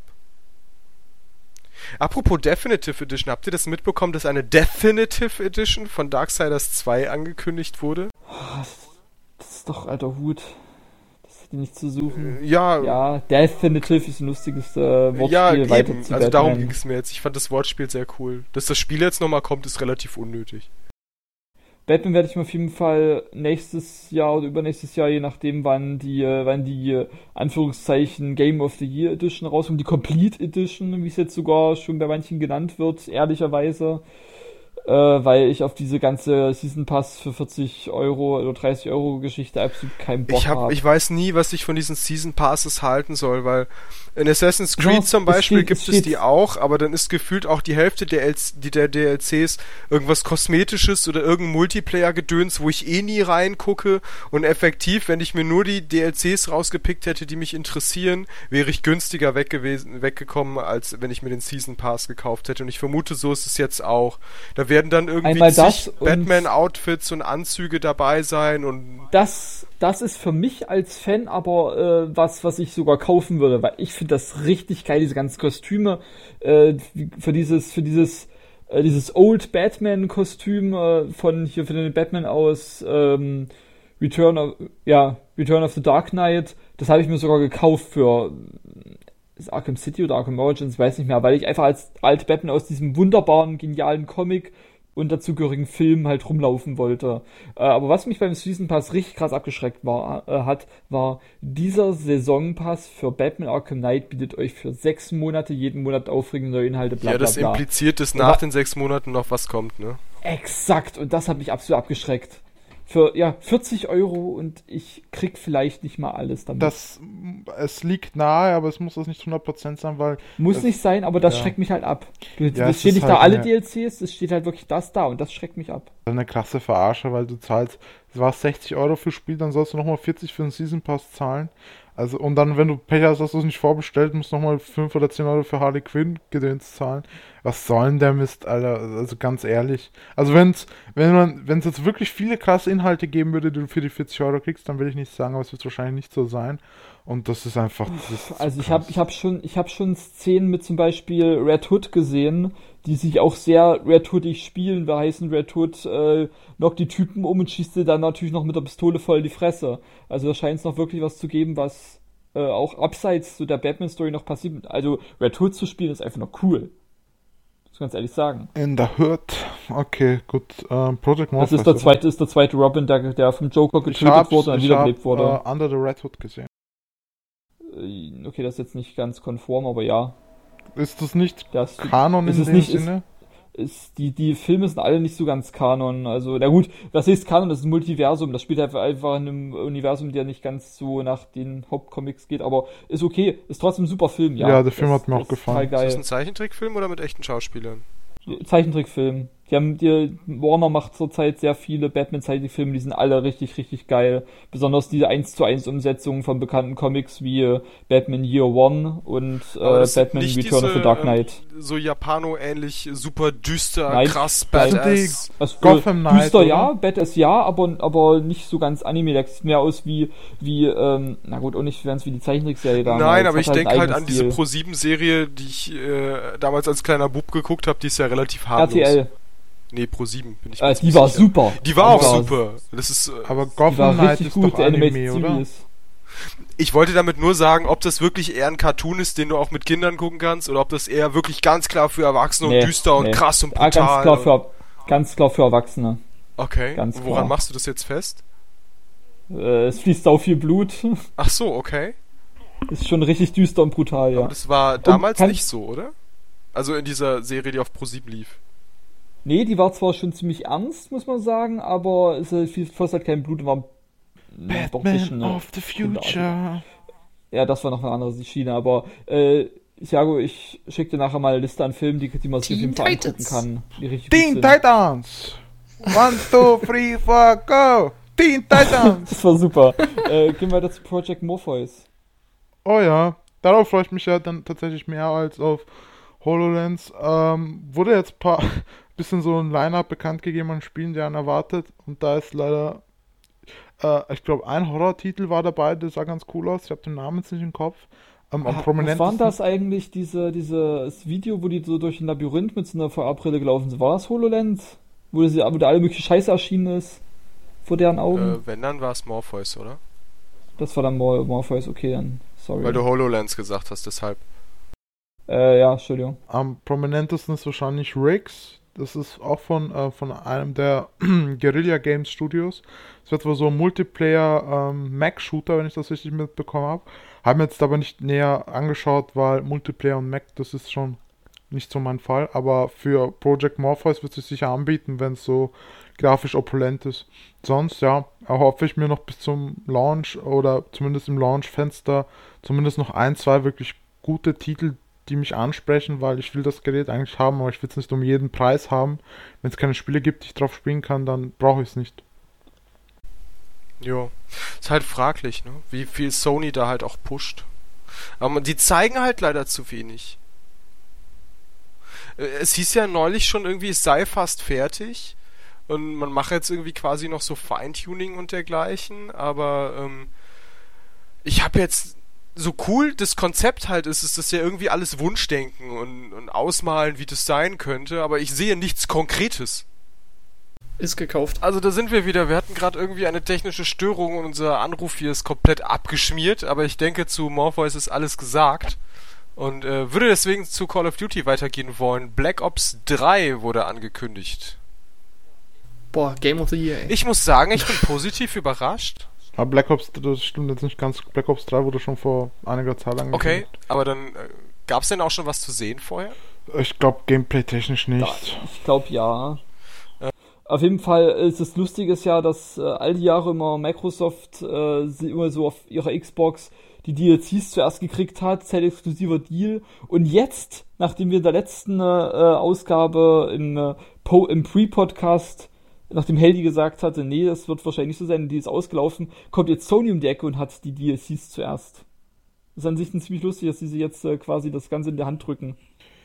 Apropos Definitive Edition, habt ihr das mitbekommen, dass eine Definitive Edition von Darksiders zwei angekündigt wurde? Das ist doch alter Hut. Das hat die nicht zu suchen. Ja, Ja, Definitive ist ein lustiges äh, Wortspiel. ja, weiter eben. zu Also darum Batman. ging es mir jetzt. Ich fand das Wortspiel sehr cool. Dass das Spiel jetzt nochmal kommt, ist relativ unnötig. Batman werde ich mir auf jeden Fall nächstes Jahr oder übernächstes Jahr, je nachdem, wann die, äh, wann die äh, Anführungszeichen Game of the Year Edition rauskommt, die Complete Edition, wie es jetzt sogar schon bei manchen genannt wird, ehrlicherweise, äh, weil ich auf diese ganze Season Pass für vierzig Euro oder dreißig Euro Geschichte absolut keinen Bock Ich, hab, habe. ich weiß nie, was ich von diesen Season Passes halten soll, weil in Assassin's Creed Ja, zum es Beispiel steht- gibt es es steht- die auch, aber dann ist gefühlt auch die Hälfte der, L- die der D L Cs irgendwas Kosmetisches oder irgendein Multiplayer-Gedöns, wo ich eh nie reingucke und effektiv, wenn ich mir nur die D L Cs rausgepickt hätte, die mich interessieren, wäre ich günstiger weg gewesen, weggekommen, als wenn ich mir den Season Pass gekauft hätte und ich vermute, so ist es jetzt auch. Da werden dann irgendwie Einmal das zig und- Batman-Outfits und Anzüge dabei sein und Das, das ist für mich als Fan aber äh, was, was ich sogar kaufen würde, weil ich finde das richtig geil, diese ganzen Kostüme, äh, für dieses, für dieses, äh, dieses Old Batman-Kostüm äh, von hier für den Batman aus ähm, Return of, ja, Return of the Dark Knight, das habe ich mir sogar gekauft für ist Arkham City oder Arkham Origins, weiß nicht mehr, weil ich einfach als alt Batman aus diesem wunderbaren, genialen Comic und dazugehörigen Film halt rumlaufen wollte. Äh, aber was mich beim Season Pass richtig krass abgeschreckt war, äh, hat, war dieser Saisonpass für Batman Arkham Knight bietet euch für sechs Monate jeden Monat aufregende neue Inhalte, bla ja, bla das bla. impliziert, dass Ja. nach den sechs Monaten noch was kommt, ne? Exakt, und das hat mich absolut abgeschreckt. Für, ja, vierzig Euro und ich krieg vielleicht nicht mal alles damit. Das, es liegt nahe, aber es muss das nicht hundert Prozent sein, weil Muss das- nicht sein, aber das ja. schreckt mich halt ab. Du, Ja, es es steht ist nicht halt da alle eine- D L Cs, es steht halt wirklich das da und das schreckt mich ab. eine klasse Verarsche, weil du zahlst, es war sechzig Euro fürs Spiel, dann sollst du nochmal vierzig für den Season Pass zahlen. Also, und dann, wenn du Pech hast, dass du es nicht vorbestellt, musst du nochmal fünf oder zehn Euro für Harley Quinn Gedöns zahlen. Was soll denn der Mist, Alter? Also ganz ehrlich. Also wenn's, wenn man, wenn es jetzt wirklich viele krasse Inhalte geben würde, die du für die vierzig Euro kriegst, dann will ich nicht sagen, aber es wird wahrscheinlich nicht so sein. Und das ist einfach. Das ist so Also ich krass. habe ich hab schon, ich hab schon Szenen mit zum Beispiel Red Hood gesehen, die sich auch sehr Red Hoodig spielen. Wir heißen Red Hood, äh, knockt die Typen um und schießt sie dann natürlich noch mit der Pistole voll in die Fresse. Also da scheint es noch wirklich was zu geben, was äh, auch abseits so der Batman-Story noch passiert. Also Red Hood zu spielen ist einfach noch cool. Muss ich ganz ehrlich sagen. In der Hood. Okay, gut. Ähm, Project Das Morpheus. ist der oder? zweite, ist der zweite Robin, der, der vom Joker Ich getötet hab's- wurde und dann ich wiederbelebt hab, wurde. Äh, Under the Red Hood gesehen. Äh, Okay, das ist jetzt nicht ganz konform, aber ja. Ist das nicht Das, Kanon ist in es dem nicht- ist- Sinne? ist, die, die Filme sind alle nicht so ganz Kanon. Also, na gut, was heißt Kanon? Das ist ein Multiversum. Das spielt einfach einfach in einem Universum, der nicht ganz so nach den Hauptcomics geht, aber ist okay. Ist trotzdem ein super Film, ja. Ja, der Film Das- hat mir auch das ist gefallen. total Ist das geil. ein Zeichentrickfilm oder mit echten Schauspielern? Zeichentrickfilm. Die haben, die, Warner macht zurzeit sehr viele Batman-Zeichentrickfilme, die sind alle richtig, richtig geil. Besonders diese eins zu eins Umsetzungen von bekannten Comics wie äh, Batman Year One und äh, Aber das sind Batman nicht Return of diese, the Dark ähm, Knight. So Japano-ähnlich, super düster, Nein, krass, das sind badass. Also Gotham Knight, düster oder? ja, Badass ja, aber, aber nicht so ganz Anime. Das sieht mehr aus wie, wie ähm, na gut, auch nicht ganz wie die Zeichentrickserie damals. Nein, aber Hat ich denke einen halt eigenen an diese Stil. Pro sieben Serie, die ich äh, damals als kleiner Bub geguckt habe, die ist ja relativ R harmlos. T L. Nee, Pro sieben bin ich Äh, mir die ziemlich war sicher. super. Die war auch Die war- super. Das ist, äh, Aber Die Gotham war Knight richtig ist gut, doch der Anime, Animated oder? Series. Ich wollte damit nur sagen, ob das wirklich eher ein Cartoon ist, den du auch mit Kindern gucken kannst, oder ob das eher wirklich ganz klar für Erwachsene Nee, und düster nee. und krass und Ah, brutal. ganz klar für, ganz klar für Erwachsene. Okay, ganz woran klar. machst du das jetzt fest? Äh, es fließt auch viel Blut. Ach so, okay. Ist schon richtig düster und brutal, ja. Aber das war damals kann- nicht so, oder? Also in dieser Serie, die auf ProSieben lief. Nee, die war zwar schon ziemlich ernst, muss man sagen, aber es äh, floss halt kein Blut, war äh, doch ein bisschen, Batman äh, of the Future. Ja, das war noch eine andere Schiene, aber äh, Thiago, ich schicke dir nachher mal eine Liste an Filmen, die, die man sich auf Teen jeden Fall angucken Titans. kann. Die richtig Teen gut sind. Titans! One, two, three, four, go! Teen Titans! Das war super. äh, gehen wir weiter zu Project Morpheus. Oh ja, darauf freue ich mich ja dann tatsächlich mehr als auf HoloLens. Ähm, wurde jetzt ein paar, bisschen so ein Line-Up bekannt gegeben an Spielen, die einen erwartet. Und da ist leider, äh, ich glaube, ein Horror-Titel war dabei, der sah ganz cool aus. Ich habe den Namen jetzt nicht im Kopf. Ähm, am Ah, was prominentesten- war denn das eigentlich, diese, dieses Video, wo die so durch ein Labyrinth mit so einer V R-Brille gelaufen sind? War das HoloLens? Wo, das, wo da alle mögliche Scheiße erschienen ist? Vor deren Augen? Äh, wenn, dann war es Morpheus, oder? Das war dann Mor Morpheus, okay, dann. Sorry. Weil du HoloLens gesagt hast, deshalb. äh, ja, Entschuldigung. Am prominentesten ist wahrscheinlich Riggs. Das ist auch von, äh, von einem der Guerilla Games Studios. Es wird wohl so ein Multiplayer-Mac-Shooter, wenn ich das richtig mitbekommen habe. Haben jetzt aber nicht näher angeschaut, weil Multiplayer und Mac, das ist schon nicht so mein Fall. Aber für Project Morpheus wird es sich sicher anbieten, wenn es so grafisch opulent ist. Sonst, ja, erhoffe ich mir noch bis zum Launch oder zumindest im Launch-Fenster zumindest noch ein, zwei wirklich gute Titel, die mich ansprechen, weil ich will das Gerät eigentlich haben, aber ich will es nicht um jeden Preis haben. Wenn es keine Spiele gibt, die ich drauf spielen kann, dann brauche ich es nicht. Jo. Ist halt fraglich, ne? Wie viel Sony da halt auch pusht. Aber die zeigen halt leider zu wenig. Äh, Es hieß ja neulich schon irgendwie, es sei fast fertig. Und man mache jetzt irgendwie quasi noch so Feintuning und dergleichen. Aber ähm, ich habe jetzt, so cool das Konzept halt ist, ist das ja irgendwie alles Wunschdenken und, und Ausmalen, wie das sein könnte. Aber ich sehe nichts Konkretes. Ist gekauft. Also da sind wir wieder. Wir hatten gerade irgendwie eine technische Störung und unser Anruf hier ist komplett abgeschmiert. Aber ich denke, zu Morpheus ist alles gesagt. Und äh, würde deswegen zu Call of Duty weitergehen wollen. Black Ops drei wurde angekündigt. Boah, Game of the Year, ey. Ich muss sagen, ich bin positiv überrascht. Aber Black Ops, das stimmt jetzt nicht ganz. Black Ops drei wurde schon vor einiger Zeit angekündigt. Okay, aber dann äh, gab es denn auch schon was zu sehen vorher? Ich glaube, gameplay-technisch nicht. Ja, ich glaube ja. Auf jeden Fall ist es lustig ist ja, dass äh, all die Jahre immer Microsoft äh, sie immer so auf ihrer Xbox die D L Cs zuerst gekriegt hat, zeitexklusiver Deal. Und jetzt, nachdem wir in der letzten äh, Ausgabe im, äh, Po- im Pre-Podcast, nachdem Heldi gesagt hatte, nee, das wird wahrscheinlich nicht so sein, die ist ausgelaufen, kommt jetzt Sony um die Ecke und hat die D L Cs zuerst. Das ist an sich ziemlich lustig, dass sie jetzt äh, quasi das Ganze in der Hand drücken.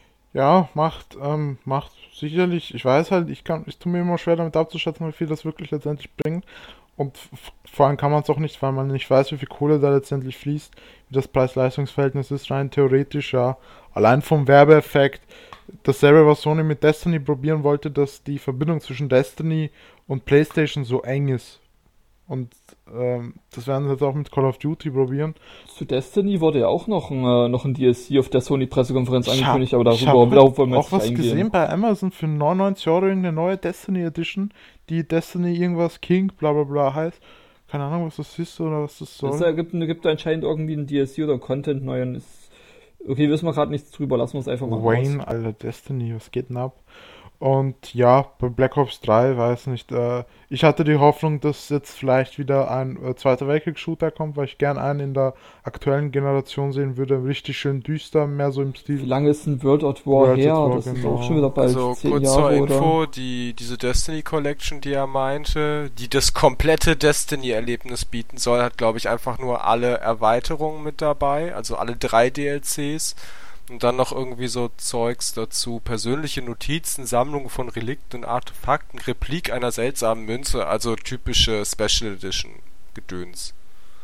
Ja, macht, ähm, macht sicherlich, ich weiß halt, ich kann, ich tue mir immer schwer damit abzuschätzen, wie viel das wirklich letztendlich bringt. Und f- vor allem kann man es auch nicht, weil man nicht weiß, wie viel Kohle da letztendlich fließt, wie das Preis-Leistungs-Verhältnis ist, rein theoretisch, ja. Allein vom Werbeeffekt, dasselbe, was Sony mit Destiny probieren wollte, dass die Verbindung zwischen Destiny und PlayStation so eng ist. Und ähm, das werden sie jetzt auch mit Call of Duty probieren. Zu Destiny wurde ja auch noch ein, äh, noch ein D L C auf der Sony-Pressekonferenz Ich hab- angekündigt, aber ich darüber, hab darauf wollen wir auch jetzt was nicht eingehen. gesehen bei Amazon für neunundneunzig Euro irgendeine neue Destiny Edition, die Destiny irgendwas King bla bla bla heißt. Keine Ahnung, was das ist oder was das soll. Es äh, gibt, gibt anscheinend irgendwie ein D L C oder Content neuen. Ist, okay, wissen wir gerade nichts drüber, lassen wir es einfach mal Wayne, raus. Alter, Destiny, was geht denn ab? Und ja, bei Black Ops drei, weiß nicht, äh, ich hatte die Hoffnung, dass jetzt vielleicht wieder ein äh, Zweiter Weltkriegs-Shooter kommt, weil ich gern einen in der aktuellen Generation sehen würde, richtig schön düster, mehr so im Wie Stil. lange ist ein World at War World at her? War, Das ist genau. auch schon wieder bald Also zehn kurz Jahre, zur oder? Info, die, diese Destiny Collection, die er meinte, die das komplette Destiny-Erlebnis bieten soll, hat glaube ich einfach nur alle Erweiterungen mit dabei, also alle drei D L Cs und dann noch irgendwie so Zeugs dazu, persönliche Notizen, Sammlung von Relikten und Artefakten, Replik einer seltsamen Münze, also typische Special Edition Gedöns.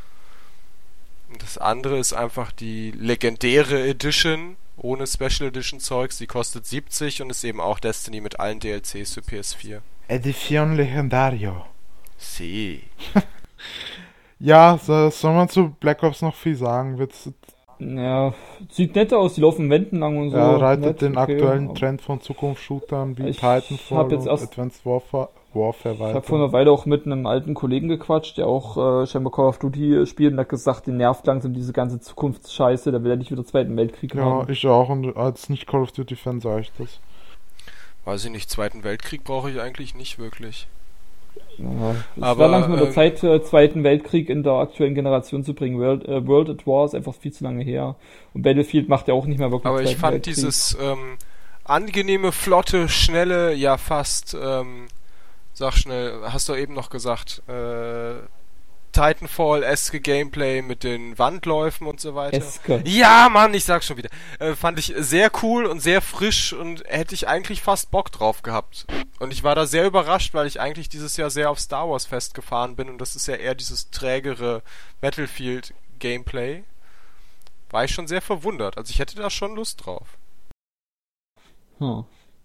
Und das andere ist einfach die legendäre Edition ohne Special Edition Zeugs, die kostet siebzig und ist eben auch Destiny mit allen D L Cs für P S vier. Edition Legendario. See. Ja, so, soll man zu Black Ops noch viel sagen? Wird's, Ja, sieht nett aus, die laufen Wänden lang und so. ja, reitet Nett, den okay. aktuellen Trend von Zukunftsshootern wie Ich Titanfall hab jetzt und erst- Advanced Warfare, Warfare Ich habe weiter. vor einer Weile auch mit einem alten Kollegen gequatscht, der auch äh, scheinbar Call of Duty spielt und hat gesagt, den nervt langsam diese ganze Zukunftsscheiße, da will er nicht wieder Zweiten Weltkrieg Ja, haben. ich auch, und als nicht Call of Duty Fan sage ich das. Weiß ich nicht, Zweiten Weltkrieg brauche ich eigentlich nicht wirklich. Ja, es Aber, war langsam an der ähm, Zeit, äh, Zweiten Weltkrieg in der aktuellen Generation zu bringen. World, äh, World at War ist einfach viel zu lange her. Und Battlefield macht ja auch nicht mehr wirklich Aber ich Zweiten fand Weltkrieg. dieses ähm, angenehme, flotte, schnelle, ja fast, ähm, sag schnell, hast du eben noch gesagt, äh, Titanfall-eske Gameplay mit den Wandläufen und so weiter. Eske. Ja, Mann, ich sag's schon wieder. Äh, fand ich sehr cool und sehr frisch und hätte ich eigentlich fast Bock drauf gehabt. Und ich war da sehr überrascht, weil ich eigentlich dieses Jahr sehr auf Star Wars festgefahren bin und das ist ja eher dieses trägere Battlefield-Gameplay. War ich schon sehr verwundert. Also ich hätte da schon Lust drauf. Hm.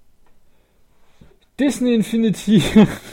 Disney Infinity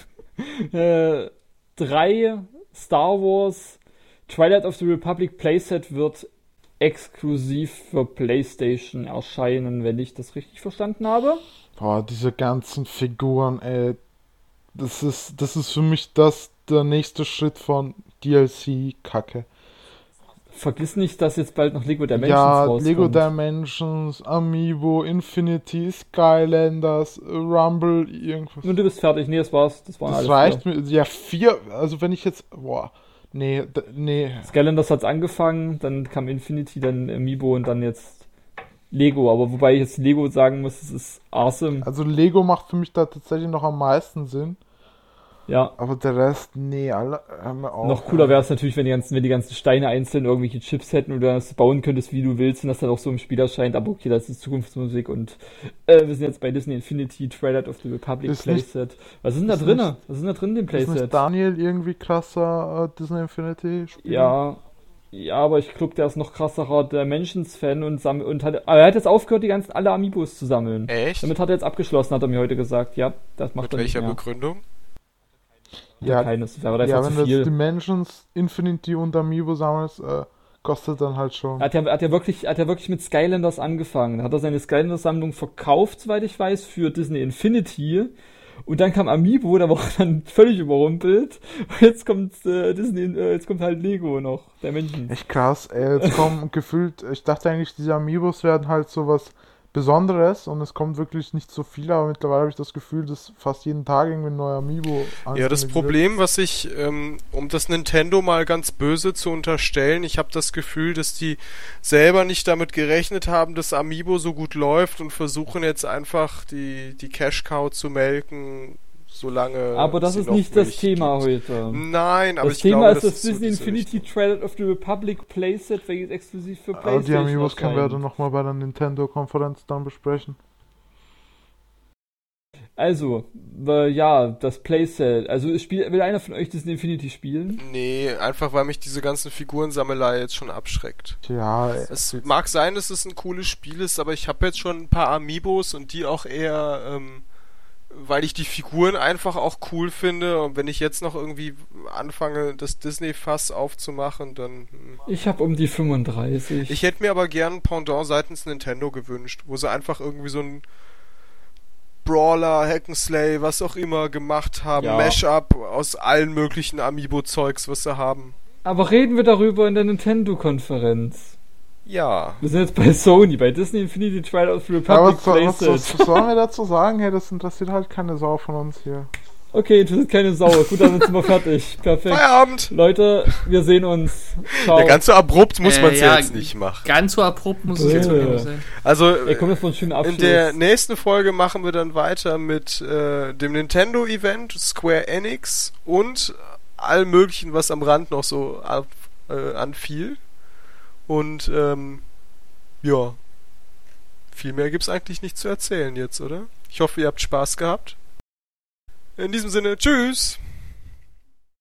äh, drei Star Wars Twilight of the Republic Playset wird exklusiv für PlayStation erscheinen, wenn ich das richtig verstanden habe. Boah, diese ganzen Figuren, ey. Das ist, das ist für mich das, der nächste Schritt von D L C-Kacke. Vergiss nicht, dass jetzt bald noch Lego Dimensions Ja, rauskommt. Lego Dimensions, Amiibo, Infinity, Skylanders, Rumble, irgendwas. Und du bist fertig. Nee, das war's. Das waren Das alles reicht vier. mir. Ja, vier. Also wenn ich jetzt. Boah. Nee, d- nee. Skylanders hat's angefangen, dann kam Infinity, dann Amiibo und dann jetzt Lego. Aber wobei ich jetzt Lego sagen muss, es ist awesome. Also Lego macht für mich da tatsächlich noch am meisten Sinn. Ja. Aber der Rest, nee, alle. Hör mir auf, Noch cooler wäre es natürlich, wenn die ganzen, wenn die ganzen Steine einzeln irgendwelche Chips hätten oder das bauen könntest, wie du willst und das dann auch so im Spiel erscheint. Aber okay, das ist Zukunftsmusik und äh, wir sind jetzt bei Disney Infinity Twilight of the Republic Ist nicht- Playset. Was ist denn da ist drinne? nicht- Was ist denn da drin in dem Ist nicht Playset? Daniel irgendwie krasser äh, Disney Infinity Spieler? Ja, ja, aber ich glaube, der ist noch krasserer Dimensions-Fan und sammelt und hat, aber er hat jetzt aufgehört, die ganzen alle Amiibos zu sammeln. Echt? Damit hat er jetzt abgeschlossen, hat er mir heute gesagt. Ja, das macht Mit er nicht welcher mehr. Begründung? Ja, Keines, das wäre ja, einfach wenn zu du viel. jetzt Dimensions, Infinity und Amiibo sammelst, äh, kostet dann halt schon. Er hat ja, er hat ja wirklich, er hat ja wirklich mit Skylanders angefangen. Da hat er seine Skylanders-Sammlung verkauft, soweit ich weiß, für Disney Infinity. Und dann kam Amiibo, da war er dann völlig überrumpelt. Und jetzt kommt äh, Disney, äh, jetzt kommt halt Lego noch, der Menschen. Echt krass, ey, jetzt kommen gefühlt, ich dachte eigentlich, diese Amiibos werden halt so was Besonderes und es kommt wirklich nicht so viel, aber mittlerweile habe ich das Gefühl, dass fast jeden Tag irgendwie ein neuer Amiibo Ja, das angekündigt Problem, was ich, ähm, um das Nintendo mal ganz böse zu unterstellen, ich habe das Gefühl, dass die selber nicht damit gerechnet haben, dass Amiibo so gut läuft und versuchen jetzt einfach die, die Cash-Cow zu melken, solange Aber das sie ist noch nicht das Milch Thema gibt. heute. Nein, aber Das ich Thema glaube, ist das das ist so Disney diese Infinity Richtung. Twilight of the Republic Playset, welches exklusiv für wird. Aber PlayStation die Amiibos können wir erscheint. dann nochmal bei der Nintendo-Konferenz dann besprechen. Also, äh, ja, das Playset. Also es spiel, will einer von euch Disney Infinity spielen? Nee, einfach weil mich diese ganzen Figurensammelei jetzt schon abschreckt. Ja, ey, Es mag sein, dass es ein cooles Spiel ist, aber ich habe jetzt schon ein paar Amiibos und die auch eher, ähm, weil ich die Figuren einfach auch cool finde und wenn ich jetzt noch irgendwie anfange, das Disney-Fass aufzumachen, dann... hm. Ich habe um die fünfunddreißig. Ich hätte mir aber gern ein Pendant seitens Nintendo gewünscht, wo sie einfach irgendwie so ein Brawler, Hack'n'Slay, was auch immer gemacht haben, Ja. Mashup aus allen möglichen Amiibo-Zeugs, was sie haben. Aber reden wir darüber in der Nintendo-Konferenz. Ja. Wir sind jetzt bei Sony, bei Disney Infinity Twilight of the aber Republic was, was, Playset. was sollen wir dazu sagen? Hey, das interessiert halt keine Sau von uns hier. Okay, interessiert keine Sau. Gut, dann sind wir fertig. Perfekt. Feierabend! Leute, wir sehen uns. Ciao. Ja, ganz so abrupt muss Äh, man es ja, ja, jetzt nicht machen. Ganz so abrupt muss es jetzt Äh. wirklich nicht sein. Also, Ey, komm, das war ein schöner Abschluss. in der nächsten Folge machen wir dann weiter mit äh, dem Nintendo-Event, Square Enix und allem möglichen, was am Rand noch so ab, äh, anfiel. Und, ähm, ja. Viel mehr gibt's eigentlich nicht zu erzählen jetzt, oder? Ich hoffe, ihr habt Spaß gehabt. In diesem Sinne, tschüss!